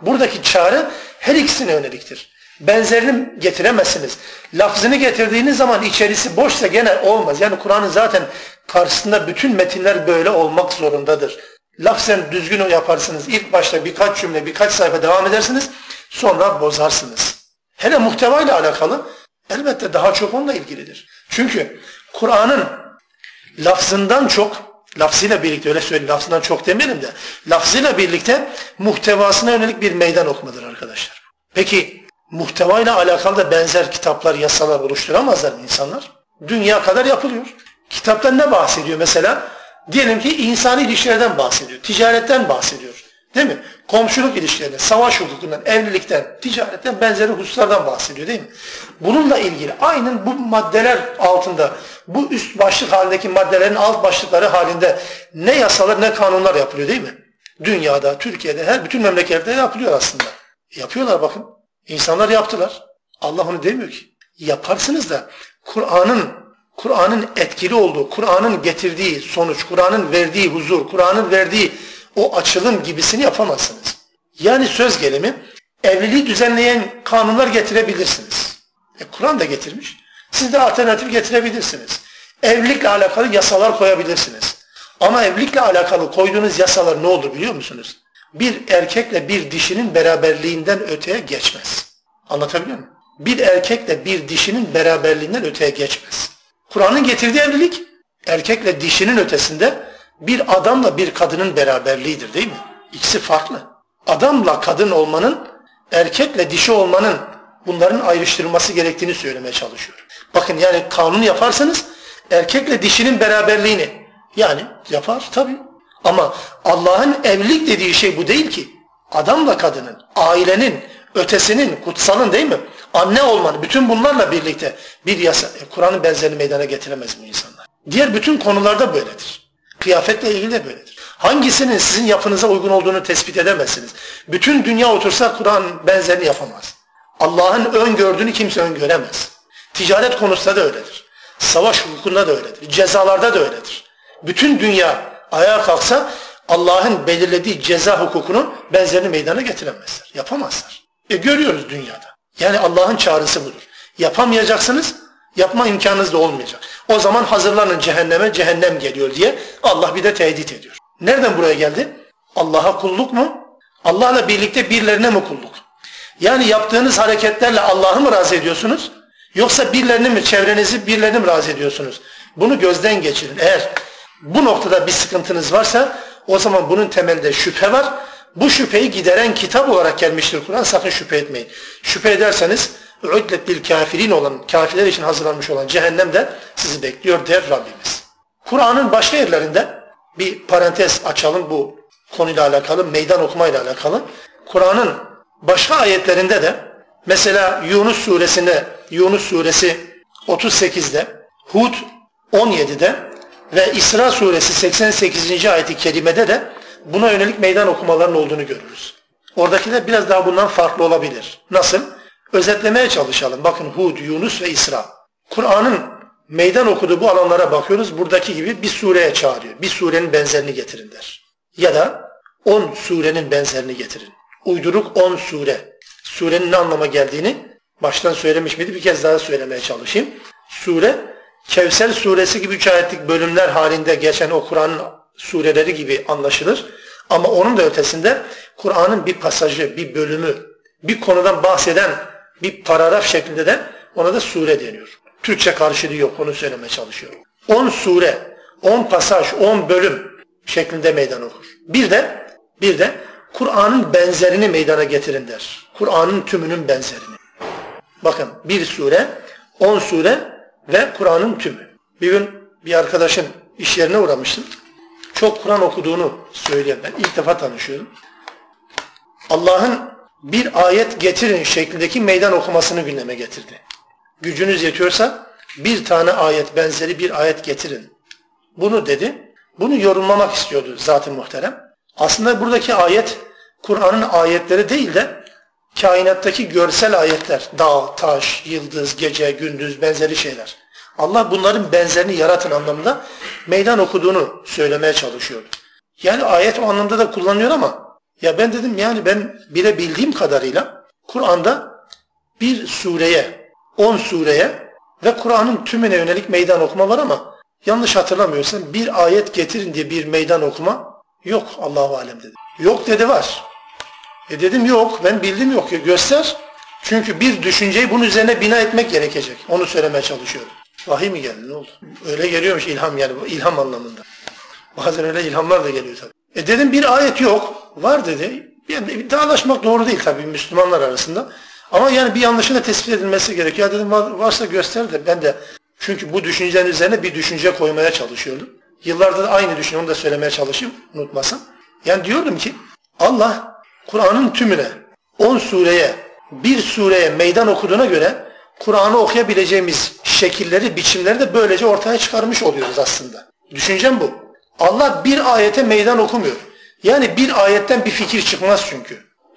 Buradaki çağrı her ikisine yöneliktir. Benzerini getiremezsiniz. Lafzını getirdiğiniz zaman içerisi boşsa gene olmaz. Yani Kur'an'ın zaten karşısında bütün metinler böyle olmak zorundadır. Lafzen düzgün yaparsınız. İlk başta birkaç cümle, birkaç sayfa devam edersiniz. Sonra bozarsınız. Hele muhtevayla alakalı elbette daha çok onunla ilgilidir. Çünkü Kur'an'ın lafzından çok, lafzıyla birlikte öyle söyleyeyim, lafzından çok demeyelim de, lafzıyla birlikte muhtevasına yönelik bir meydan okumadır arkadaşlar. Peki muhtevayla alakalı da benzer kitaplar, yasalar oluşturamazlar mı insanlar? Dünya kadar yapılıyor. Kitapta ne bahsediyor mesela? Diyelim ki insani ilişkilerden bahsediyor, ticaretten bahsediyor. Değil mi? Komşuluk ilişkilerinden, savaş hukukundan, evlilikten, ticaretten, benzeri hususlardan bahsediyor değil mi? Bununla ilgili aynen bu maddeler altında, bu üst başlık halindeki maddelerin alt başlıkları halinde ne yasalar ne kanunlar yapılıyor değil mi? Dünyada, Türkiye'de, her bütün memleketlerde yapılıyor aslında. Yapıyorlar bakın. İnsanlar yaptılar. Allah onu demiyor ki. Yaparsınız da Kur'an'ın etkili olduğu, Kur'an'ın getirdiği sonuç, Kur'an'ın verdiği huzur, Kur'an'ın verdiği o açılım gibisini yapamazsınız. Yani söz gelimi evliliği düzenleyen kanunlar getirebilirsiniz. Kur'an da getirmiş. Siz de alternatif getirebilirsiniz. Evlilikle alakalı yasalar koyabilirsiniz. Ama evlilikle alakalı koyduğunuz yasalar ne olur biliyor musunuz? Bir erkekle bir dişinin beraberliğinden öteye geçmez. Anlatabiliyor muyum? Bir erkekle bir dişinin beraberliğinden öteye geçmez. Kur'an'ın getirdiği evlilik erkekle dişinin ötesinde bir adamla bir kadının beraberliğidir değil mi? İkisi farklı. Adamla kadın olmanın, erkekle dişi olmanın bunların ayrıştırılması gerektiğini söylemeye çalışıyor. Bakın yani kanun yaparsanız erkekle dişinin beraberliğini yani yapar tabii. Ama Allah'ın evlilik dediği şey bu değil ki. Adamla kadının, ailenin, ötesinin, kutsalın değil mi? Anne olmanın, bütün bunlarla birlikte bir yasa, Kur'an'ın benzerini meydana getiremez bu insanlar. Diğer bütün konularda böyledir. Kıyafetle ilgili de böyledir. Hangisinin sizin yapınıza uygun olduğunu tespit edemezsiniz. Bütün dünya otursa Kur'an benzerini yapamaz. Allah'ın öngördüğünü kimse öngöremez. Ticaret konusunda da öyledir. Savaş hukukunda da öyledir. Cezalarda da öyledir. Bütün dünya ayağa kalksa Allah'ın belirlediği ceza hukukunun benzerini meydana getiremezler. Yapamazlar. Görüyoruz dünyada. Yani Allah'ın çağrısı budur. Yapamayacaksınız, yapma imkanınız da olmayacak. O zaman hazırlanın cehenneme, cehennem geliyor diye Allah bir de tehdit ediyor. Nereden buraya geldi? Allah'a kulluk mu? Allah'la birlikte birilerine mi kulluk? Yani yaptığınız hareketlerle Allah'ı mı razı ediyorsunuz? Yoksa birilerini mi, çevrenizi birilerini mi razı ediyorsunuz? Bunu gözden geçirin. Eğer bu noktada bir sıkıntınız varsa o zaman bunun temelinde şüphe var. Bu şüpheyi gideren kitap olarak gelmiştir Kur'an. Sakın şüphe etmeyin. Şüphe ederseniz "Ü'dlet lil kafirin" olan, kafirler için hazırlanmış olan cehennem de sizi bekliyor der Rabbimiz. Kur'an'ın başka yerlerinde bir parantez açalım bu konuyla alakalı, meydan okumayla alakalı. Kur'an'ın başka ayetlerinde de mesela Yunus suresi 38'de, Hud 17'de ve İsra suresi 88. ayet-i kerimede de buna yönelik meydan okumaların olduğunu görürüz. Oradakiler biraz daha bundan farklı olabilir. Nasıl? Özetlemeye çalışalım. Bakın Hud, Yunus ve İsra. Kur'an'ın meydan okuduğu bu alanlara bakıyoruz. Buradaki gibi bir sureye çağırıyor. Bir surenin benzerini getirin der. Ya da 10 surenin benzerini getirin. Uyduruk 10 sure. Surenin ne anlama geldiğini baştan söylemiş miydi? Bir kez daha söylemeye çalışayım. Sure, Kevser suresi gibi 3 ayetlik bölümler halinde geçen o Kur'an'ın sureleri gibi anlaşılır. Ama onun da ötesinde Kur'an'ın bir pasajı, bir bölümü, bir konudan bahseden bir paragraf şeklinde de ona da sure deniyor. Türkçe karşılığı yok, onu söylemeye çalışıyorum. 10 sure, 10 pasaj, 10 bölüm şeklinde meydan okur. Bir de Kur'an'ın benzerini meydana getirin der. Kur'an'ın tümünün benzerini. Bakın bir sure, 10 sure ve Kur'an'ın tümü. Bir gün bir arkadaşın iş yerine uğramıştım. Çok Kur'an okuduğunu söyleyen, ben ilk defa tanışıyorum. Allah'ın bir ayet getirin şeklindeki meydan okumasını gündeme getirdi. Gücünüz yetiyorsa bir tane ayet, benzeri bir ayet getirin. Bunu dedi. Bunu yorumlamak istiyordu zat-ı muhterem. Aslında buradaki ayet Kur'an'ın ayetleri değil de kainattaki görsel ayetler. Dağ, taş, yıldız, gece, gündüz benzeri şeyler. Allah bunların benzerini yaratın anlamında meydan okuduğunu söylemeye çalışıyordu. Yani ayet o anlamda da kullanıyor ama Ya ben dedim yani ben bilebildiğim kadarıyla Kur'an'da bir sureye, 10 sureye ve Kur'an'ın tümüne yönelik meydan okuma var ama yanlış hatırlamıyorsam bir ayet getirin diye bir meydan okuma yok, Allahu alem dedi. Yok dedi, var. Dedim yok, ben bildim yok. Göster. Çünkü bir düşünceyi bunun üzerine bina etmek gerekecek. Onu söylemeye çalışıyorum. Vahiy mi geldi, ne oldu? Öyle geliyormuş ilham, yani ilham anlamında. Bazen öyle ilhamlar da geliyor tabii. Dedim bir ayet yok. Var dedi. Yani iddialaşmak doğru değil tabii Müslümanlar arasında. Ama yani bir yanlışın da tespit edilmesi gerekiyor. Ya dedim varsa göster de ben de. Çünkü bu düşüncenin üzerine bir düşünce koymaya çalışıyordum. Yıllardır da aynı düşünce, onu da söylemeye çalışayım unutmasam. Yani diyordum ki Allah Kur'an'ın tümüne 10 sureye, bir sureye meydan okuduğuna göre Kur'an'ı okuyabileceğimiz şekilleri, biçimleri de böylece ortaya çıkarmış oluyoruz aslında. Düşüncem bu. Allah bir ayete meydan okumuyor. Yani bir ayetten bir fikir çıkmaz çünkü.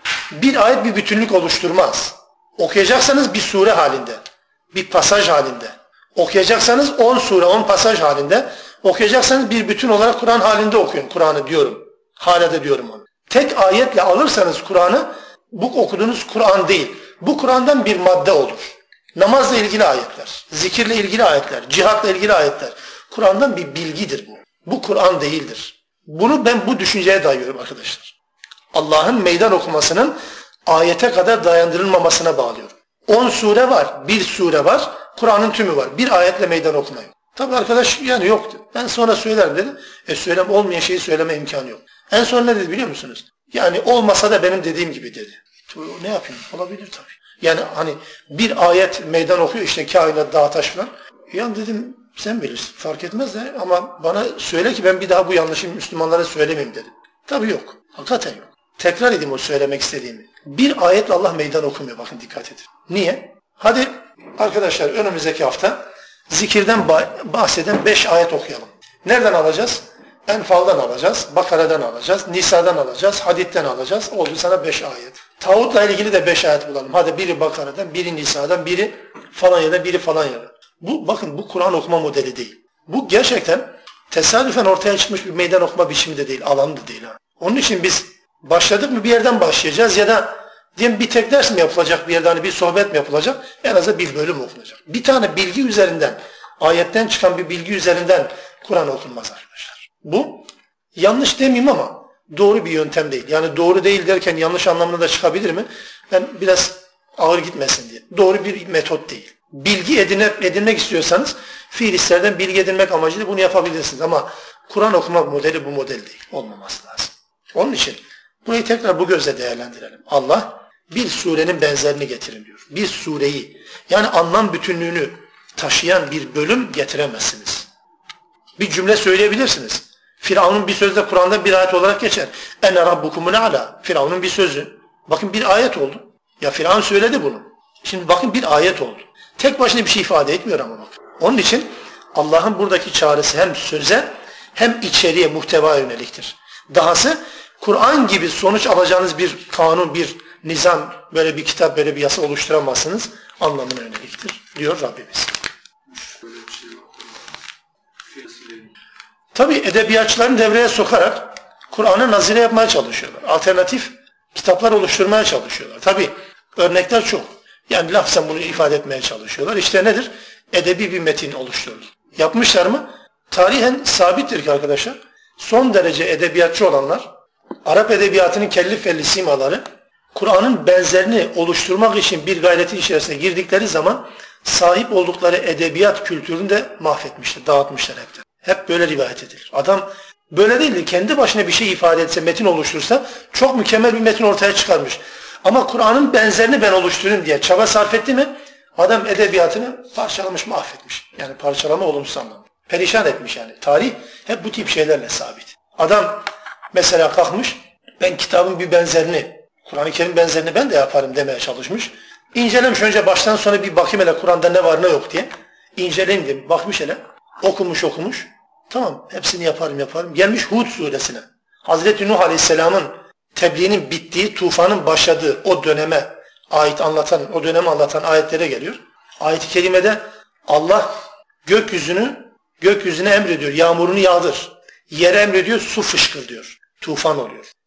Bir ayet bir bütünlük oluşturmaz. Okuyacaksanız bir sure halinde, bir pasaj halinde. Okuyacaksanız 10 sure, 10 pasaj halinde. Okuyacaksanız bir bütün olarak Kur'an halinde okuyun. Kur'an'ı diyorum. Hala da diyorum onu. Tek ayetle alırsanız Kur'an'ı, bu okuduğunuz Kur'an değil. Bu Kur'an'dan bir madde olur. Namazla ilgili ayetler, zikirle ilgili ayetler, cihatla ilgili ayetler. Kur'an'dan bir bilgidir bu. Bu Kur'an değildir. Bunu ben bu düşünceye dayıyorum arkadaşlar. Allah'ın meydan okumasının ayete kadar dayandırılmamasına bağlıyorum. 10 sure var, bir sure var, Kur'an'ın tümü var. Bir ayetle meydan okumayın. Tabi arkadaş yani yoktu. Ben sonra söylerim dedi. Olmayan şeyi söyleme imkanı yok. En son ne dedi biliyor musunuz? Yani olmasa da benim dediğim gibi dedi. Ne yapayım? Olabilir tabii. Yani hani bir ayet meydan okuyor işte kainat, dağ, taş falan. Yani dedim sen bilirsin, fark etmez de ama bana söyle ki ben bir daha bu yanlışı Müslümanlara söylemeyeyim dedim. Tabii yok. Hakikaten yok. Tekrar edeyim o söylemek istediğimi. Bir ayetle Allah meydan okumuyor, bakın dikkat edin. Niye? Hadi arkadaşlar önümüzdeki hafta zikirden bahseden 5 ayet okuyalım. Nereden alacağız? Enfal'dan alacağız, Bakara'dan alacağız, Nisa'dan alacağız, Hadid'den alacağız. Oldu sana 5 ayet. Tağutla ilgili de 5 ayet bulalım. Hadi biri Bakara'dan, biri Nisa'dan, biri falan ya da biri falan ya da. Bakın bu Kur'an okuma modeli değil. Bu gerçekten tesadüfen ortaya çıkmış bir meydan okuma biçimi de değil, alanı da değil. Onun için biz başladık mı bir yerden başlayacağız ya da diyelim bir tek ders mi yapılacak bir yerde, hani bir sohbet mi yapılacak, en azından bir bölüm okunacak. Bir tane bilgi üzerinden, ayetten çıkan bir bilgi üzerinden Kur'an okunmaz arkadaşlar. Bu yanlış demeyeyim ama doğru bir yöntem değil. Yani doğru değil derken yanlış anlamına da çıkabilir mi? Ben biraz ağır gitmesin diye. Doğru bir metot değil. Bilgi edinmek istiyorsanız fiilistlerden bilgi edinmek amacıyla bunu yapabilirsiniz. Ama Kur'an okuma modeli bu model değil. Olmaması lazım. Onun için burayı tekrar bu gözle değerlendirelim. Allah bir surenin benzerini getirin diyor. Bir sureyi yani anlam bütünlüğünü taşıyan bir bölüm getiremezsiniz. Bir cümle söyleyebilirsiniz. Firavun'un bir sözü de Kur'an'da bir ayet olarak geçer. Ene rabbukumun a'la. Firavun'un bir sözü. Bakın bir ayet oldu. Ya Firavun söyledi bunu. Şimdi bakın bir ayet oldu. Tek başına bir şey ifade etmiyor ama bakın. Onun için Allah'ın buradaki çağrısı hem söze hem içeriye, muhteva yöneliktir. Dahası Kur'an gibi sonuç alacağınız bir kanun, bir nizam, böyle bir kitap, böyle bir yasa oluşturamazsınız anlamına yöneliktir diyor Rabbimiz. Tabi edebiyatçıların devreye sokarak Kur'an'ı nazire yapmaya çalışıyorlar. Alternatif kitaplar oluşturmaya çalışıyorlar. Tabi örnekler çok. Yani lafzen bunu ifade etmeye çalışıyorlar. İşte nedir? Edebi bir metin oluşturulur. Yapmışlar mı? Tarihen sabittir ki arkadaşlar. Son derece edebiyatçı olanlar, Arap edebiyatının kelli felli simaları, Kur'an'ın benzerini oluşturmak için bir gayretin içerisine girdikleri zaman sahip oldukları edebiyat kültürünü de mahvetmişler, dağıtmışlar hep de. Hep böyle rivayet edilir. Adam böyle değil de kendi başına bir şey ifade etse, metin oluştursa çok mükemmel bir metin ortaya çıkarmış. Ama Kur'an'ın benzerini ben oluşturayım diye çaba sarf etti mi adam edebiyatını parçalamış, mahvetmiş. Yani parçalama olumsuz anlamda. Perişan etmiş yani. Tarih hep bu tip şeylerle sabit. Adam mesela kalkmış, ben kitabın bir benzerini, Kur'an-ı Kerim benzerini ben de yaparım demeye çalışmış. İncelemiş önce baştan sona bir bakayım hele Kur'an'da ne var ne yok diye. İnceleyeyim diye bakmış hele. Okumuş. Tamam hepsini yaparım. Gelmiş Hud suresine. Hazreti Nuh Aleyhisselam'ın tebliğinin bittiği, tufanın başladığı o döneme ait anlatan, o dönemi anlatan ayetlere geliyor. Ayet-i kerimede Allah gökyüzüne emrediyor, yağmurunu yağdır. Yere emrediyor, su fışkır diyor. Tufan oluyor.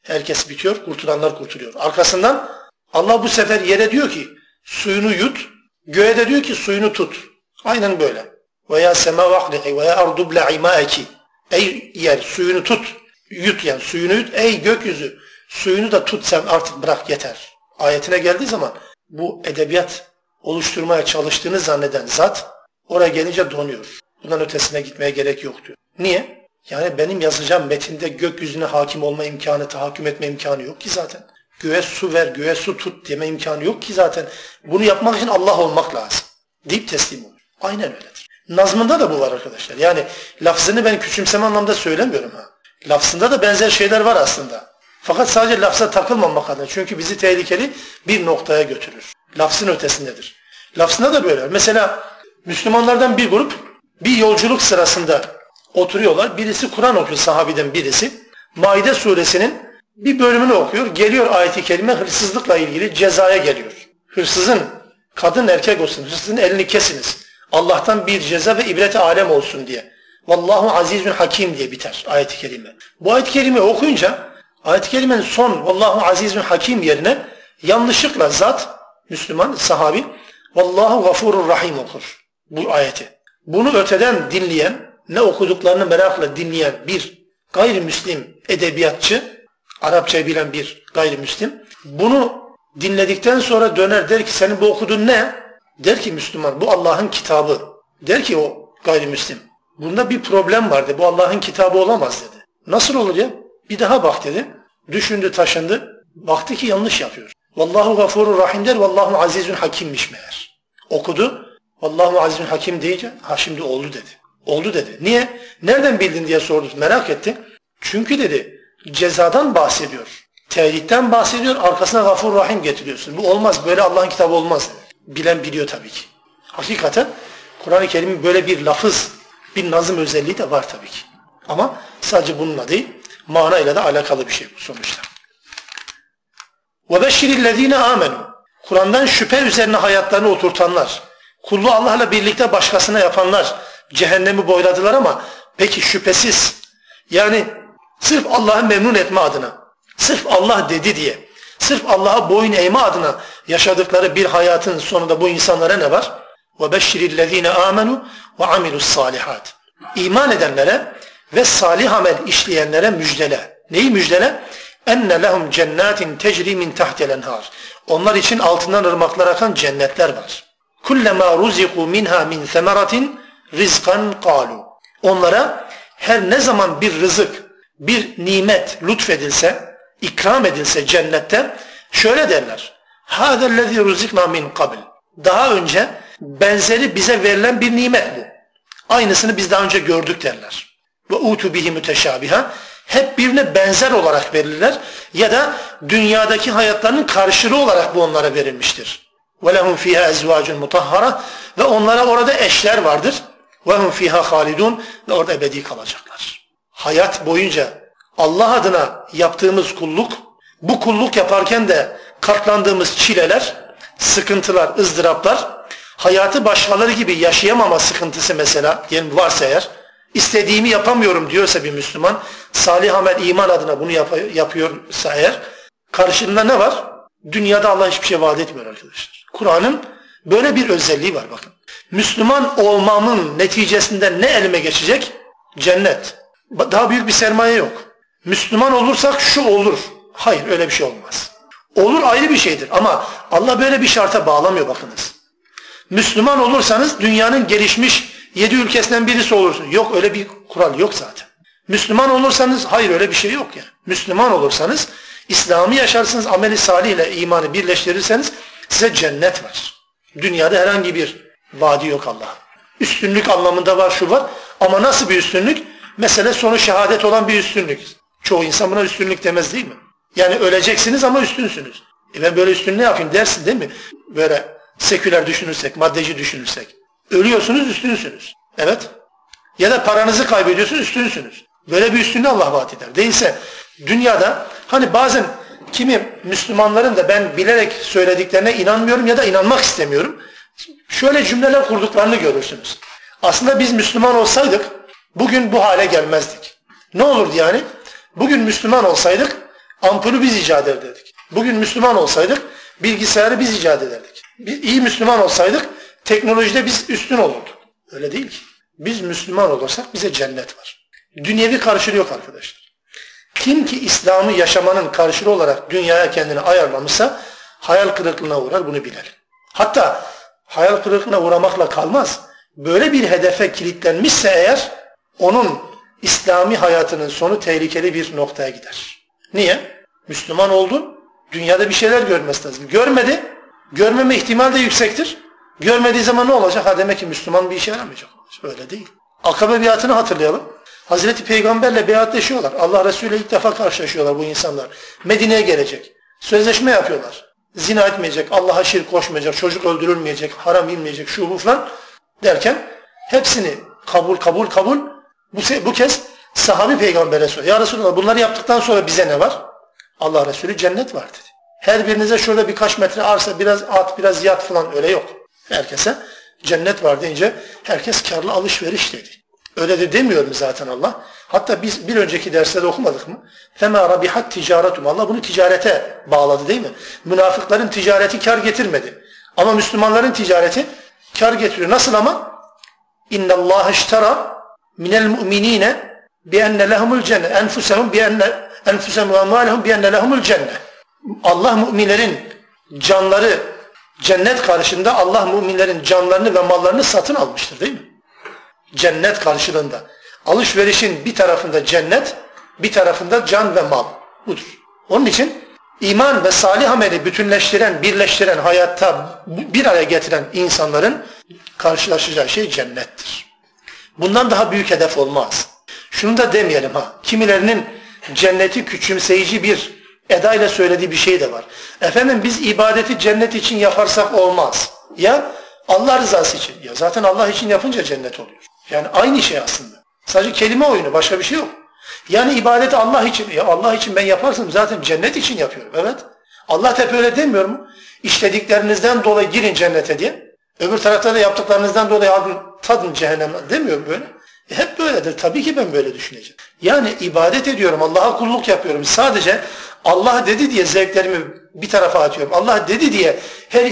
Herkes bitiyor, kurtulanlar kurtuluyor. Arkasından Allah bu sefer yere diyor ki suyunu yut, göğe de diyor ki suyunu tut. Aynen böyle. Veya sema vahlihi veya ardu bla'i ma'eki. Ey yer suyunu tut, yut yani suyunu yut. Ey gökyüzü suyunu da tut sen artık bırak yeter. Ayetine geldiği zaman bu edebiyat oluşturmaya çalıştığını zanneden zat oraya gelince donuyor. Bundan ötesine gitmeye gerek yok diyor. Niye? Yani benim yazacağım metinde gökyüzüne hakim olma imkanı, tahakküm etme imkanı yok ki zaten. Göğe su ver, göğe su tut deme imkanı yok ki zaten. Bunu yapmak için Allah olmak lazım. Deyip teslim olur. Aynen öyledir. Nazmında da bu var arkadaşlar. Yani lafzını ben küçümseme anlamda söylemiyorum ha. Lafzında da benzer şeyler var aslında. Fakat sadece lafza takılmamak adına. Çünkü bizi tehlikeli bir noktaya götürür. Lafzın ötesindedir. Lafzında da böyle. Mesela Müslümanlardan bir grup bir yolculuk sırasında oturuyorlar. Birisi Kur'an okuyor, sahabiden birisi. Maide suresinin bir bölümünü okuyor. Geliyor ayet-i kerime hırsızlıkla ilgili cezaya geliyor. Hırsızın kadın erkek olsun, hırsızın elini kesiniz. Allah'tan bir ceza ve ibreti alem olsun diye. Vallahu azizün hakim diye biter ayet-i kerime. Bu ayet-i kerime okuyunca ayet-i kerimenin son Vallahu azizün hakim yerine yanlışlıkla zat, Müslüman, sahabi Vallahu gafurur rahim okur bu ayeti. Bunu öteden dinleyen, ne okuduklarını merakla dinleyen bir gayrimüslim edebiyatçı, Arapçayı bilen bir gayrimüslim, bunu dinledikten sonra döner der ki senin bu okuduğun ne? Der ki Müslüman bu Allah'ın kitabı. Der ki o gayrimüslim bunda bir problem vardı, bu Allah'ın kitabı olamaz dedi. Nasıl olur ya? Bir daha bak dedi. Düşündü taşındı. Baktı ki yanlış yapıyor. Vallahu gafurur rahim der, vallahu azizün hakimmiş meğer. Okudu. Vallahu azizün hakim deyince ha şimdi oldu dedi. Oldu dedi. Niye? Nereden bildin diye sordu. Merak etti. Çünkü dedi cezadan bahsediyor. Tehditten bahsediyor. Arkasına gafur rahim getiriyorsun. Bu olmaz. Böyle Allah'ın kitabı olmaz dedi. Bilen biliyor tabii ki. Hakikaten Kur'an-ı Kerim'in böyle bir lafız, bir nazım özelliği de var tabii ki. Ama sadece bununla değil, manayla da alakalı bir şey bu sonuçta. وَبَشِّرِ الَّذ۪ينَ آمَنُوا Kur'an'dan şüphe üzerine hayatlarını oturtanlar, kulluğu Allah'la birlikte başkasına yapanlar cehennemi boyladılar ama peki şüphesiz yani sırf Allah'ı memnun etme adına, sırf Allah dedi diye, sırf Allah'a boyun eğme adına yaşadıkları bir hayatın sonunda bu insanlara ne var? وَبَشِّرِ الَّذ۪ينَ آمَنُوا وَعَمِلُوا الصَّالِحَاتِ İman edenlere ve salih amel işleyenlere müjdele. Neyi müjdele? اَنَّ لَهُمْ جَنَّاتٍ تَجْرِي مِنْ تَحْتِ الْاَنْهَارِ Onlar için altından ırmaklar akan cennetler var. كُلَّمَا رُزِقُوا مِنْهَا مِنْ ثَمَرَةٍ رِزْقًا قَالُوا Onlara her ne zaman bir rızık, bir nimet lütfedilse, ikram edilse cennette şöyle derler. هَذَا الَّذِي رُزِقْنَا مِنْ قَبْلِ Daha önce benzeri bize verilen bir nimet bu. Aynısını biz daha önce gördük derler. وَاُوتُ بِهِ مُتَشَابِهًا Hep birine benzer olarak verirler ya da dünyadaki hayatlarının karşılığı olarak bu onlara verilmiştir. وَلَهُمْ فِيهَا اَزْوَاجٌ مُطَهَّرَةٌ Ve onlara orada eşler vardır. وَهُمْ فِيهَا خَالِدُونَ Ve orada ebedi kalacaklar. Hayat boyunca Allah adına yaptığımız kulluk, bu kulluk yaparken de katlandığımız çileler, sıkıntılar, ızdıraplar, hayatı başkaları gibi yaşayamama sıkıntısı mesela, diyelim varsa eğer, istediğimi yapamıyorum diyorsa bir Müslüman, salih amel iman adına bunu yapıyorsa eğer, karşılığında ne var? Dünyada Allah hiçbir şey vaat etmiyor arkadaşlar. Kur'an'ın böyle bir özelliği var bakın. Müslüman olmamın neticesinde ne elime geçecek? Cennet. Daha büyük bir sermaye yok. Müslüman olursak şu olur. Hayır öyle bir şey olmaz. Olur ayrı bir şeydir ama Allah böyle bir şarta bağlamıyor bakınız. Müslüman olursanız dünyanın gelişmiş 7 ülkesinden birisi olursunuz. Yok öyle bir kural yok zaten. Müslüman olursanız hayır öyle bir şey yok yani. Müslüman olursanız İslam'ı yaşarsınız, ameli salih ile imanı birleştirirseniz size cennet var. Dünyada herhangi bir vaadi yok Allah'ın. Üstünlük anlamında var şu var ama nasıl bir üstünlük? Mesele sonu şehadet olan bir üstünlük. Çoğu insan buna üstünlük demez değil mi? Yani öleceksiniz ama üstünsünüz. Ben böyle üstün ne yapayım dersin değil mi? Böyle seküler düşünürsek, maddeci düşünürsek. Ölüyorsunuz üstünsünüz. Evet. Ya da paranızı kaybediyorsunuz üstünsünüz. Böyle bir üstünlüğü Allah vaat eder. Değilse dünyada hani bazen kimi Müslümanların da ben bilerek söylediklerine inanmıyorum ya da inanmak istemiyorum. Şöyle cümleler kurduklarını görürsünüz. Aslında biz Müslüman olsaydık bugün bu hale gelmezdik. Ne olurdu yani? Bugün Müslüman olsaydık Ampulü biz icat ederdik. Bugün Müslüman olsaydık bilgisayarı biz icat ederdik. Biz iyi Müslüman olsaydık teknolojide biz üstün olurduk. Öyle değil ki. Biz Müslüman olursak bize cennet var. Dünyevi karşılığı yok arkadaşlar. Kim ki İslam'ı yaşamanın karşılığı olarak dünyaya kendini ayarlamışsa hayal kırıklığına uğrar, bunu bilelim. Hatta hayal kırıklığına uğramakla kalmaz. Böyle bir hedefe kilitlenmişse eğer onun İslami hayatının sonu tehlikeli bir noktaya gider. Niye? Müslüman oldu, dünyada bir şeyler görmesi lazım. Görmedi, görmeme ihtimal de yüksektir. Görmediği zaman ne olacak? Ha demek ki Müslüman bir işe yaramayacak. Öyle değil. Akabe biatını hatırlayalım. Hazreti Peygamberle biatleşiyorlar. Allah Resulü ilk defa karşılaşıyorlar bu insanlar. Medine'ye gelecek. Sözleşme yapıyorlar. Zina etmeyecek, Allah'a şirk koşmayacak, çocuk öldürülmeyecek, haram yemeyecek, şu bu falan derken hepsini kabul. Bu kez sahabi peygambere soruyor. Ya Resulallah bunları yaptıktan sonra bize ne var? Allah Resulü cennet var dedi. Her birinize şurada birkaç metre arsa, biraz at, biraz yat falan öyle yok. Herkese cennet var deyince herkes karlı alışveriş dedi. Öyle de demiyor mu zaten Allah? Hatta biz bir önceki derslerde okumadık mı? فَمَا رَبِحَتْ تِجَارَتُمْ Allah bunu ticarete bağladı değil mi? Münafıkların ticareti kar getirmedi. Ama Müslümanların ticareti kar getiriyor. Nasıl ama? اِنَّ اللّٰهَ اشْتَرَى مِنَ الْمُؤْمِنِينَ بِأَنَّ لَهُمُ الْجَنَّةِ اَنْفُسَهُمْ وَاَمْوَالِهُمْ بِأَنَّ لَهُمُ الْجَنَّةِ Allah müminlerin canları cennet karşında Allah müminlerin canlarını ve mallarını satın almıştır değil mi? Cennet karşılığında. Alışverişin bir tarafında cennet, bir tarafında can ve mal. Budur. Onun için iman ve salih ameli bütünleştiren, birleştiren, hayatta bir araya getiren insanların karşılaşacağı şey cennettir. Bundan daha büyük hedef olmaz. Şunu da demeyelim ha. Kimilerinin cenneti küçümseyici bir edayla söylediği bir şey de var. Efendim biz ibadeti cennet için yaparsak olmaz. Ya Allah rızası için. Ya zaten Allah için yapınca cennet oluyor. Yani aynı şey aslında. Sadece kelime oyunu, başka bir şey yok. Yani ibadeti Allah için. Ya Allah için ben yaparsam zaten cennet için yapıyorum. Evet. Allah hep öyle demiyor mu? İşlediklerinizden dolayı girin cennete diye. Öbür tarafta da yaptıklarınızdan dolayı tadın cehennemden demiyor mu böyle? Hep böyledir. Tabii ki ben böyle düşüneceğim. Yani ibadet ediyorum, Allah'a kulluk yapıyorum. Sadece Allah dedi diye zevklerimi bir tarafa atıyorum. Allah dedi diye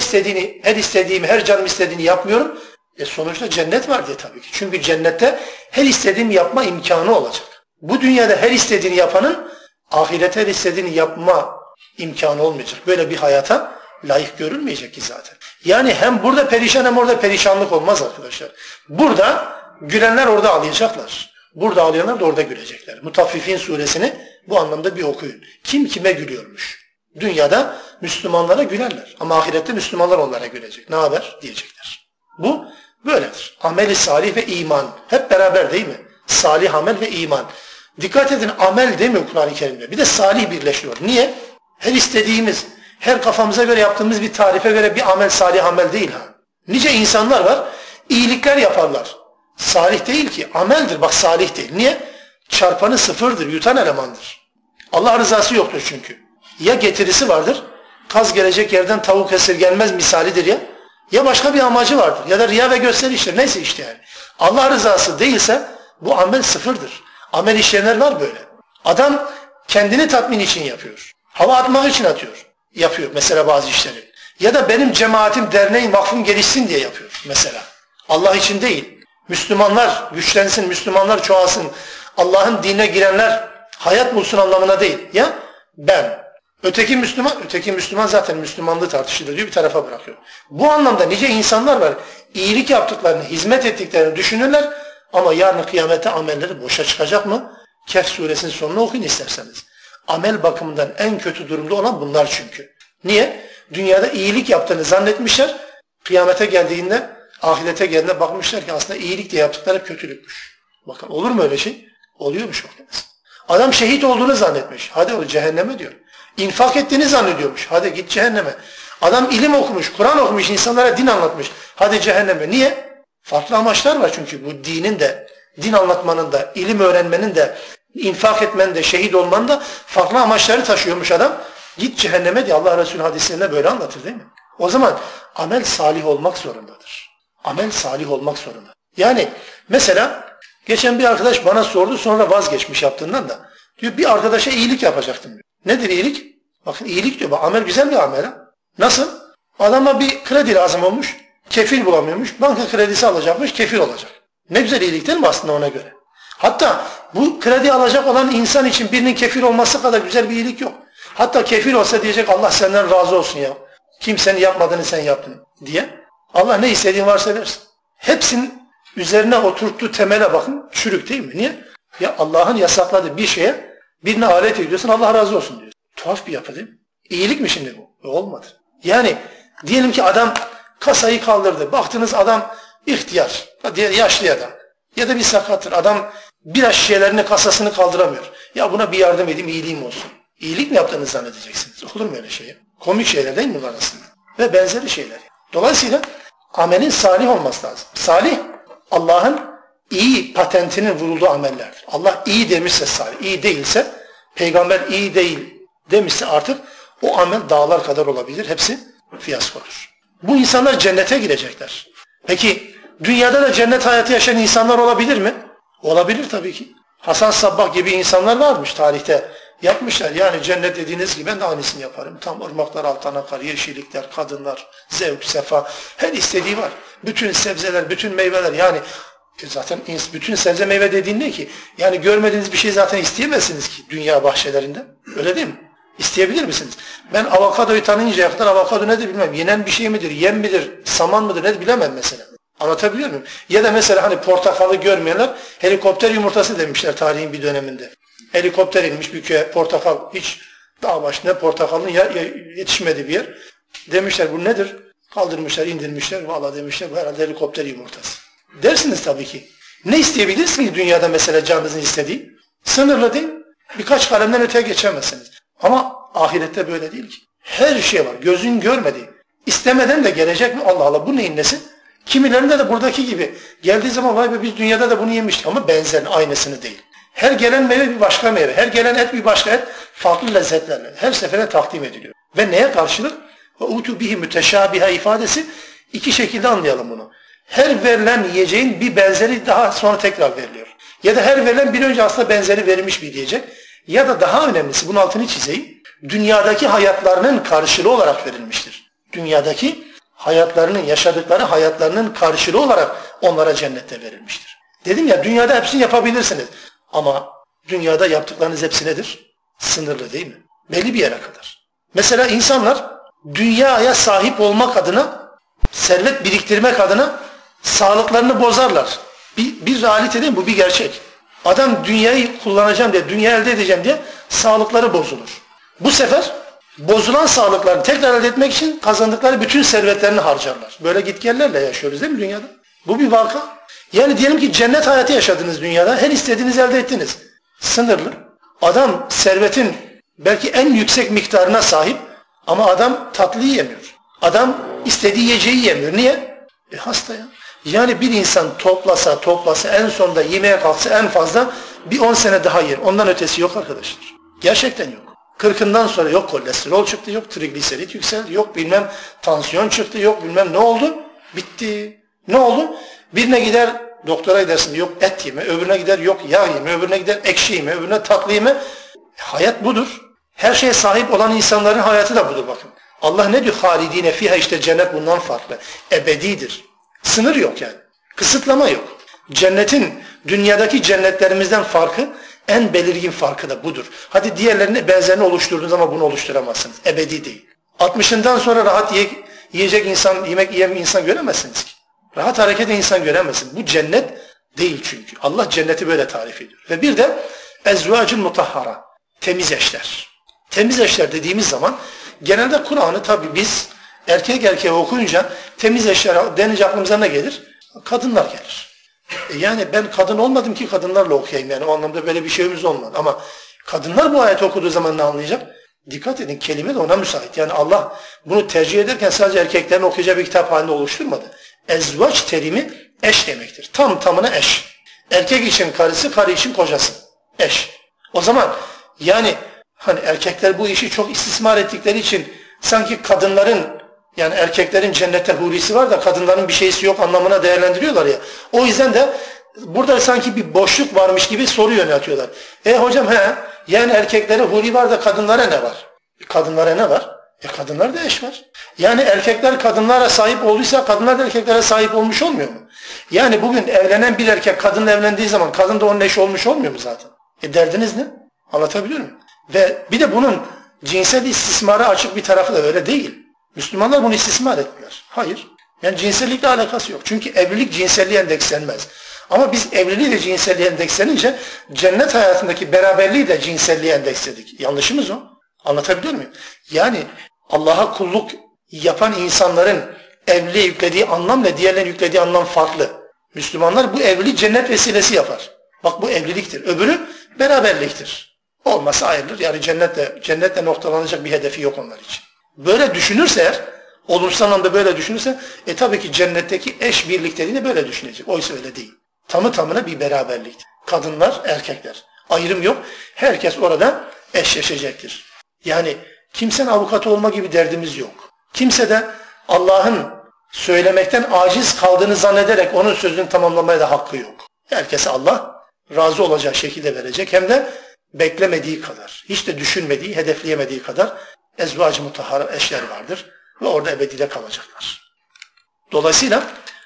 her istediğimi, her canım istediğini yapmıyorum. Sonuçta cennet var diye tabii ki. Çünkü cennette her istediğimi yapma imkanı olacak. Bu dünyada her istediğini yapanın ahirete her istediğini yapma imkanı olmayacak. Böyle bir hayata layık görülmeyecek ki zaten. Yani hem burada perişan hem orada perişanlık olmaz arkadaşlar. Burada gülenler orada ağlayacaklar. Burada ağlayanlar da orada gülecekler. Mutaffifin suresini bu anlamda bir okuyun. Kim kime gülüyormuş? Dünyada Müslümanlara gülerler. Ama ahirette Müslümanlar onlara gülecek. Ne haber diyecekler. Bu böyledir. Amel-i salih ve iman. Hep beraber değil mi? Salih amel ve iman. Dikkat edin amel demiyor Kur'an-ı Kerim'de. Bir de salih birleşiyor. Niye? Her istediğimiz, her kafamıza göre yaptığımız bir tarife göre bir amel salih amel değil ha. Nice insanlar var, iyilikler yaparlar. Salih değil ki, ameldir bak salih değil. Niye? Çarpanı sıfırdır, yutan elemandır. Allah rızası yoktur çünkü. Ya getirisi vardır, kaz gelecek yerden tavuk esirgenmez misalidir ya. Ya başka bir amacı vardır ya da riya ve gösteriştir neyse işte yani. Allah rızası değilse bu amel sıfırdır. Amel işleyenler var böyle. Adam kendini tatmin için yapıyor. Hava atmak için yapıyor mesela bazı işleri. Ya da benim cemaatim, derneğim, vakfım gelişsin diye yapıyor mesela. Allah için değil. Müslümanlar güçlensin, Müslümanlar çoğalsın. Allah'ın dinine girenler hayat bulsun anlamına değil. Ya ben. Öteki Müslüman zaten Müslümanlığı tartışılır diyor bir tarafa bırakıyor. Bu anlamda nice insanlar var. İyilik yaptıklarını, hizmet ettiklerini düşünürler ama yarın kıyamete amelleri boşa çıkacak mı? Kehf suresinin sonunu okuyun isterseniz. Amel bakımından en kötü durumda olan bunlar çünkü. Niye? Dünyada iyilik yaptığını zannetmişler. Kıyamete geldiğinde, ahirete geldiğinde bakmışlar ki aslında iyilik diye yaptıkları kötülükmüş. Bakın olur mu öyle şey? Oluyormuş bakınız. Adam şehit olduğunu zannetmiş. Hadi o cehenneme diyor. İnfak ettiğini zannediyormuş. Hadi git cehenneme. Adam ilim okumuş, Kur'an okumuş, insanlara din anlatmış. Hadi cehenneme. Niye? Farklı amaçlar var çünkü bu dinin de, din anlatmanın da, ilim öğrenmenin de, infak etmenin de, şehit olmanın da farklı amaçları taşıyormuş adam. Git cehenneme diye Allah Resulü hadislerinde böyle anlatır değil mi? O zaman amel salih olmak zorundadır. Amel salih olmak zorunda. Yani mesela geçen bir arkadaş bana sordu sonra vazgeçmiş yaptığından da. Diyor bir arkadaşa iyilik yapacaktım diyor. Nedir iyilik? Bakın iyilik diyor. Bak, amel güzel bir amel. Ha? Nasıl? Adama bir kredi lazım olmuş. Kefil bulamıyormuş. Banka kredisi alacakmış. Kefil olacak. Ne güzel iyilik değil mi aslında ona göre? Hatta bu kredi alacak olan insan için birinin kefil olması kadar güzel bir iyilik yok. Hatta kefil olsa diyecek Allah senden razı olsun ya. Kimsenin yapmadığını sen yaptın diye. Allah ne istediğin varsa versin. Hepsinin üzerine oturttuğu temele bakın çürük değil mi? Niye? Ya Allah'ın yasakladığı bir şeye birine alet ediyorsun Allah razı olsun diyor. Tuhaf bir yapı değil mi? İyilik mi şimdi bu? Olmadı. Yani diyelim ki adam kasayı kaldırdı. Baktınız adam ihtiyar, yaşlı adam ya da bir sakattır. Adam biraz şişelerini kasasını kaldıramıyor. Ya buna bir yardım edeyim iyiliğim olsun. İyilik mi yaptığını zannedeceksiniz? Olur mu öyle şey? Komik şeyler değil mi bunlar aslında? Ve benzeri şeyler. Dolayısıyla amelin salih olması lazım. Salih, Allah'ın iyi patentinin vurulduğu amellerdir. Allah iyi demişse salih, iyi değilse, peygamber iyi değil demişse artık o amel dağlar kadar olabilir. Hepsi fiyaskodur. Bu insanlar cennete girecekler. Peki dünyada da cennet hayatı yaşayan insanlar olabilir mi? Olabilir tabii ki. Hasan Sabbah gibi insanlar varmış tarihte. Yapmışlar. Yani cennet dediğiniz gibi ben de aynısını yaparım. Tam ırmaklar alttan akar, yeşillikler, kadınlar, zevk, sefa. Her istediği var. Bütün sebzeler, bütün meyveler yani zaten bütün sebze meyve dediğin ne ki? Yani görmediğiniz bir şey zaten isteyemezsiniz ki dünya bahçelerinde. Öyle değil mi? İsteyebilir misiniz? Ben avokadoyu tanıyıncaya kadar avokado nedir bilmem. Yenen bir şey midir, yem midir, saman mıdır nedir bilemem mesela. Anlatabiliyor muyum? Ya da mesela hani portakalı görmeyenler helikopter yumurtası demişler tarihin bir döneminde. Helikopter inmiş bir köye, portakal hiç dağ başında portakalın yetişmedi bir yer. Demişler bu nedir? Kaldırmışlar, indirmişler. Vallahi demişler bu herhalde helikopter yumurtası. Dersiniz tabii ki. Ne isteyebilirsiniz dünyada mesela canınızın istediği? Sınırlı değil. Birkaç kalemden öteye geçemezsiniz. Ama ahirette böyle değil ki. Her şey var. Gözün görmediği. İstemeden de gelecek mi? Allah Allah bu neyin nesi? Kimilerinde de buradaki gibi. Geldiği zaman vay be biz dünyada da bunu yemiştik ama benzerini, aynısını değil. Her gelen meyve bir başka meyve. Her gelen et bir başka et. Farklı lezzetlerle. Her seferinde takdim ediliyor. Ve neye karşılık? Ve utu bihi müteşabiha ifadesi iki şekilde anlayalım bunu. Her verilen yiyeceğin bir benzeri daha sonra tekrar veriliyor. Ya da her verilen bir önce aslında benzeri verilmiş bir yiyecek. Ya da daha önemlisi bunun altını çizeyim. Dünyadaki hayatlarının karşılığı olarak verilmiştir. Dünyadaki hayatlarının, yaşadıkları hayatlarının karşılığı olarak onlara cennette verilmiştir. Dedim ya dünyada hepsini yapabilirsiniz. Ama dünyada yaptıklarınız hepsi nedir? Sınırlı değil mi? Belli bir yere kadar. Mesela insanlar dünyaya sahip olmak adına, servet biriktirmek adına sağlıklarını bozarlar. Bir realite değil mi? Bu bir gerçek. Adam dünyayı kullanacağım diye, dünya elde edeceğim diye sağlıkları bozulur. Bu sefer bozulan sağlıklarını tekrar elde etmek için kazandıkları bütün servetlerini harcarlar. Böyle gitgellerle yaşıyoruz değil mi dünyada? Bu bir vaka. Yani diyelim ki cennet hayatı yaşadınız dünyada, her istediğinizi elde ettiniz. Sınırlı. Adam servetin belki en yüksek miktarına sahip ama adam tatlıyı yemiyor. Adam istediği yiyeceği yemiyor. Niye? Hasta ya. Yani bir insan toplasa en sonunda yemeye kalksa en fazla bir 10 sene daha yer. Ondan ötesi yok arkadaşlar. Gerçekten yok. 40'ından sonra yok kolesterol çıktı, yok trigliserit yükseldi, yok bilmem tansiyon çıktı, yok bilmem ne oldu? Bitti. Ne oldu? Birine gider doktora gidersin yok et yeme, öbürüne gider yok yağ yeme, öbürüne gider ekşi yeme, öbürüne tatlı yeme. Hayat budur. Her şeye sahip olan insanların hayatı da budur bakın. Allah ne diyor? Halidine fiha işte cennet bundan farklı. Ebedidir. Sınır yok yani. Kısıtlama yok. Cennetin dünyadaki cennetlerimizden farkı en belirgin farkı da budur. Hadi diğerlerini benzerini oluşturdunuz ama bunu oluşturamazsınız. Ebedi değil. 60'ından sonra rahat yiyecek insan, yemek yiyen insan göremezsiniz ki. Rahat hareket insan göremezsiniz. Bu cennet değil çünkü. Allah cenneti böyle tarif ediyor. Ve bir de ezvacın mutahhara. Temiz eşler. Temiz eşler dediğimiz zaman genelde Kur'an'ı tabii biz erkek erkeğe okuyunca temiz eşler denince aklımıza ne gelir? Kadınlar gelir. Yani ben kadın olmadım ki kadınlarla okuyayım yani o anlamda böyle bir şeyimiz olmadı. Ama kadınlar bu ayeti okuduğu zaman ne anlayacak? Dikkat edin kelime de ona müsait. Yani Allah bunu tercih ederken sadece erkeklerin okuyacağı bir kitap halinde oluşturmadı. Ezvaç terimi eş demektir. Tam tamına eş. Erkek için karısı, karı için kocası. Eş. O zaman yani hani erkekler bu işi çok istismar ettikleri için sanki kadınların yani erkeklerin cennette hurisi var da kadınların bir şeysi yok anlamına değerlendiriyorlar ya. O yüzden de burada sanki bir boşluk varmış gibi soru yöneltiyorlar. Hocam Yani erkeklere huri var da kadınlara ne var? Kadınlara ne var? Kadınlarda eş var. Yani erkekler kadınlara sahip olduysa kadınlar da erkeklere sahip olmuş olmuyor mu? Yani bugün evlenen bir erkek kadınla evlendiği zaman kadın da onun eşi olmuş olmuyor mu zaten? Derdiniz ne? Anlatabiliyor muyum? Ve bir de bunun cinsel istismara açık bir tarafı da öyle değil. Müslümanlar bunu istismar etmiyor. Hayır. Yani cinsellikle alakası yok. Çünkü evlilik cinselliğe endekslenmez. Ama biz evliliği de cinselliğe endekslenince cennet hayatındaki beraberliği de cinselliğe endeksledik. Yanlışımız o. Anlatabiliyor muyum? Yani Allah'a kulluk yapan insanların evliliğe yüklediği anlamla diğerlerine yüklediği anlam farklı. Müslümanlar bu evliliği cennet vesilesi yapar. Bak bu evliliktir. Öbürü beraberliktir. Olmasa ayrılır. Yani cennetle noktalanacak bir hedefi yok onlar için. Böyle düşünürse eğer, olumsuz anlamda böyle düşünürse, tabii ki cennetteki eş birlikteliğini böyle düşünecek. Oysa öyle değil. Tamı tamına bir beraberliktir. Kadınlar, erkekler. Ayrım yok. Herkes orada eşleşecektir. Yani kimsenin avukatı olma gibi derdimiz yok. Kimse de Allah'ın söylemekten aciz kaldığını zannederek onun sözünü tamamlamaya da hakkı yok. Herkese Allah razı olacağı şekilde verecek. Hem de beklemediği kadar, hiç de düşünmediği, hedefleyemediği kadar ezvac-ı mutahhara eşler vardır. Ve orada ebediyle kalacaklar. Dolayısıyla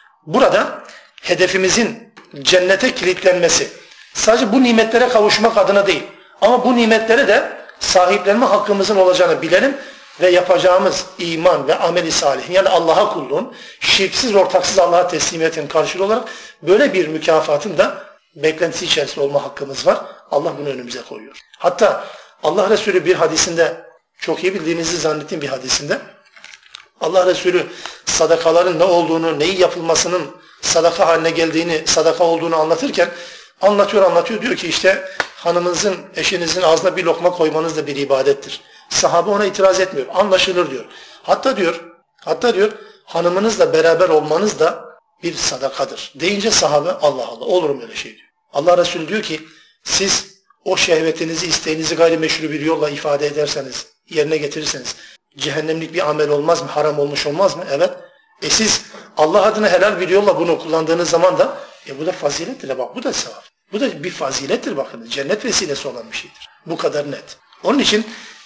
burada hedefimizin cennete kilitlenmesi sadece bu nimetlere kavuşmak adına değil. Ama bu nimetlere de sahiplenme hakkımızın olacağını bilelim ve yapacağımız iman ve ameli salih, yani Allah'a kulluğun, şirksiz ortaksız Allah'a teslimiyetin karşılığı olarak böyle bir mükafatın da beklentisi içerisinde olma hakkımız var. Allah bunu önümüze koyuyor. Hatta Allah Resulü bir hadisinde, çok iyi bildiğinizi zannettiğim bir hadisinde, Allah Resulü sadakaların ne olduğunu, neyi yapılmasının sadaka haline geldiğini, sadaka olduğunu anlatırken anlatıyor diyor ki işte hanımınızın, eşinizin ağzına bir lokma koymanız da bir ibadettir. Sahabe ona itiraz etmiyor. Anlaşılır diyor. Hatta diyor hanımınızla beraber olmanız da bir sadakadır. Deyince sahabe Allah Allah olur mu öyle şey diyor. Allah Resulü diyor ki siz o şehvetinizi, isteğinizi gayrimeşru bir yolla ifade ederseniz, yerine getirirseniz cehennemlik bir amel olmaz mı? Haram olmuş olmaz mı? Evet. Siz Allah adına helal bir yolla bunu kullandığınız zaman da bu da fazilettir. Bak bu da sevap. Bu da bir fazilettir bakın. Cennet vesilesi olan bir şeydir. Bu kadar net. Onun için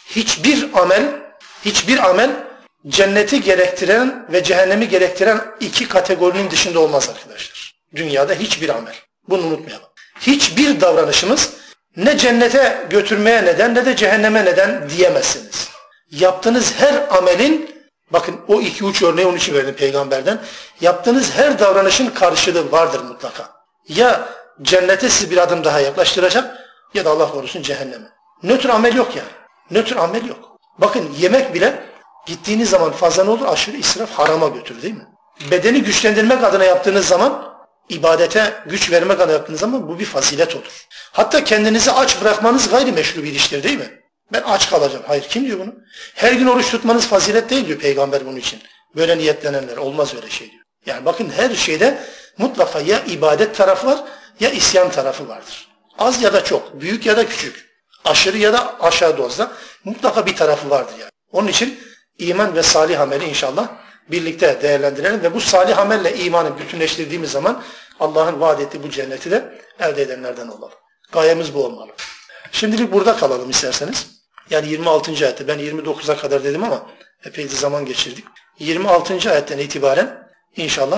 hiçbir amel cenneti gerektiren ve cehennemi gerektiren iki kategorinin dışında olmaz arkadaşlar. Dünyada hiçbir amel. Bunu unutmayalım. Hiçbir davranışımız ne cennete götürmeye neden ne de cehenneme neden diyemezsiniz. Yaptığınız her amelin, bakın o 2-3 örneği onun için verdim peygamberden, yaptığınız her davranışın karşılığı vardır mutlaka. Ya cennete sizi bir adım daha yaklaştıracak ya da Allah korusun cehenneme. Nötr amel yok yani. Nötr amel yok. Bakın yemek bile gittiğiniz zaman fazla ne olur? Aşırı israf harama götürür değil mi? Bedeni güçlendirmek adına yaptığınız zaman, ibadete güç vermek adına yaptığınız zaman bu bir fazilet olur. Hatta kendinizi aç bırakmanız gayrimeşru bir iştir değil mi? Ben aç kalacağım. Hayır, kim diyor bunu? Her gün oruç tutmanız fazilet değil diyor peygamber bunun için. Böyle niyetlenenler olmaz öyle şey diyor. Yani bakın her şeyde mutlaka ya ibadet tarafı var ya isyan tarafı vardır. Az ya da çok, büyük ya da küçük, aşırı ya da aşağı dozda mutlaka bir tarafı vardır yani. Onun için iman ve salih ameli inşallah birlikte değerlendirelim ve bu salih amelle imanı bütünleştirdiğimiz zaman Allah'ın vaad ettiği bu cenneti de elde edenlerden olalım. Gayemiz bu olmalı. Şimdilik burada kalalım isterseniz. Yani 26. ayette, ben 29'a kadar dedim ama epey de zaman geçirdik. 26. ayetten itibaren inşallah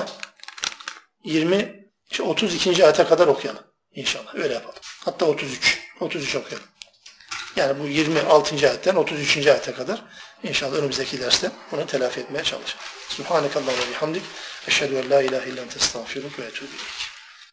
32. ayete kadar okuyalım. İnşallah öyle yapalım. Hatta 33 okuyalım. Yani bu 26. ayetten 33. ayete kadar inşallah önümüzdeki derste bunu telafi etmeye çalışalım. Subhanekallahumma ve bihamdik. Eşhedü en la ilahe illa ente estağfiruke ve etûbü ileyk.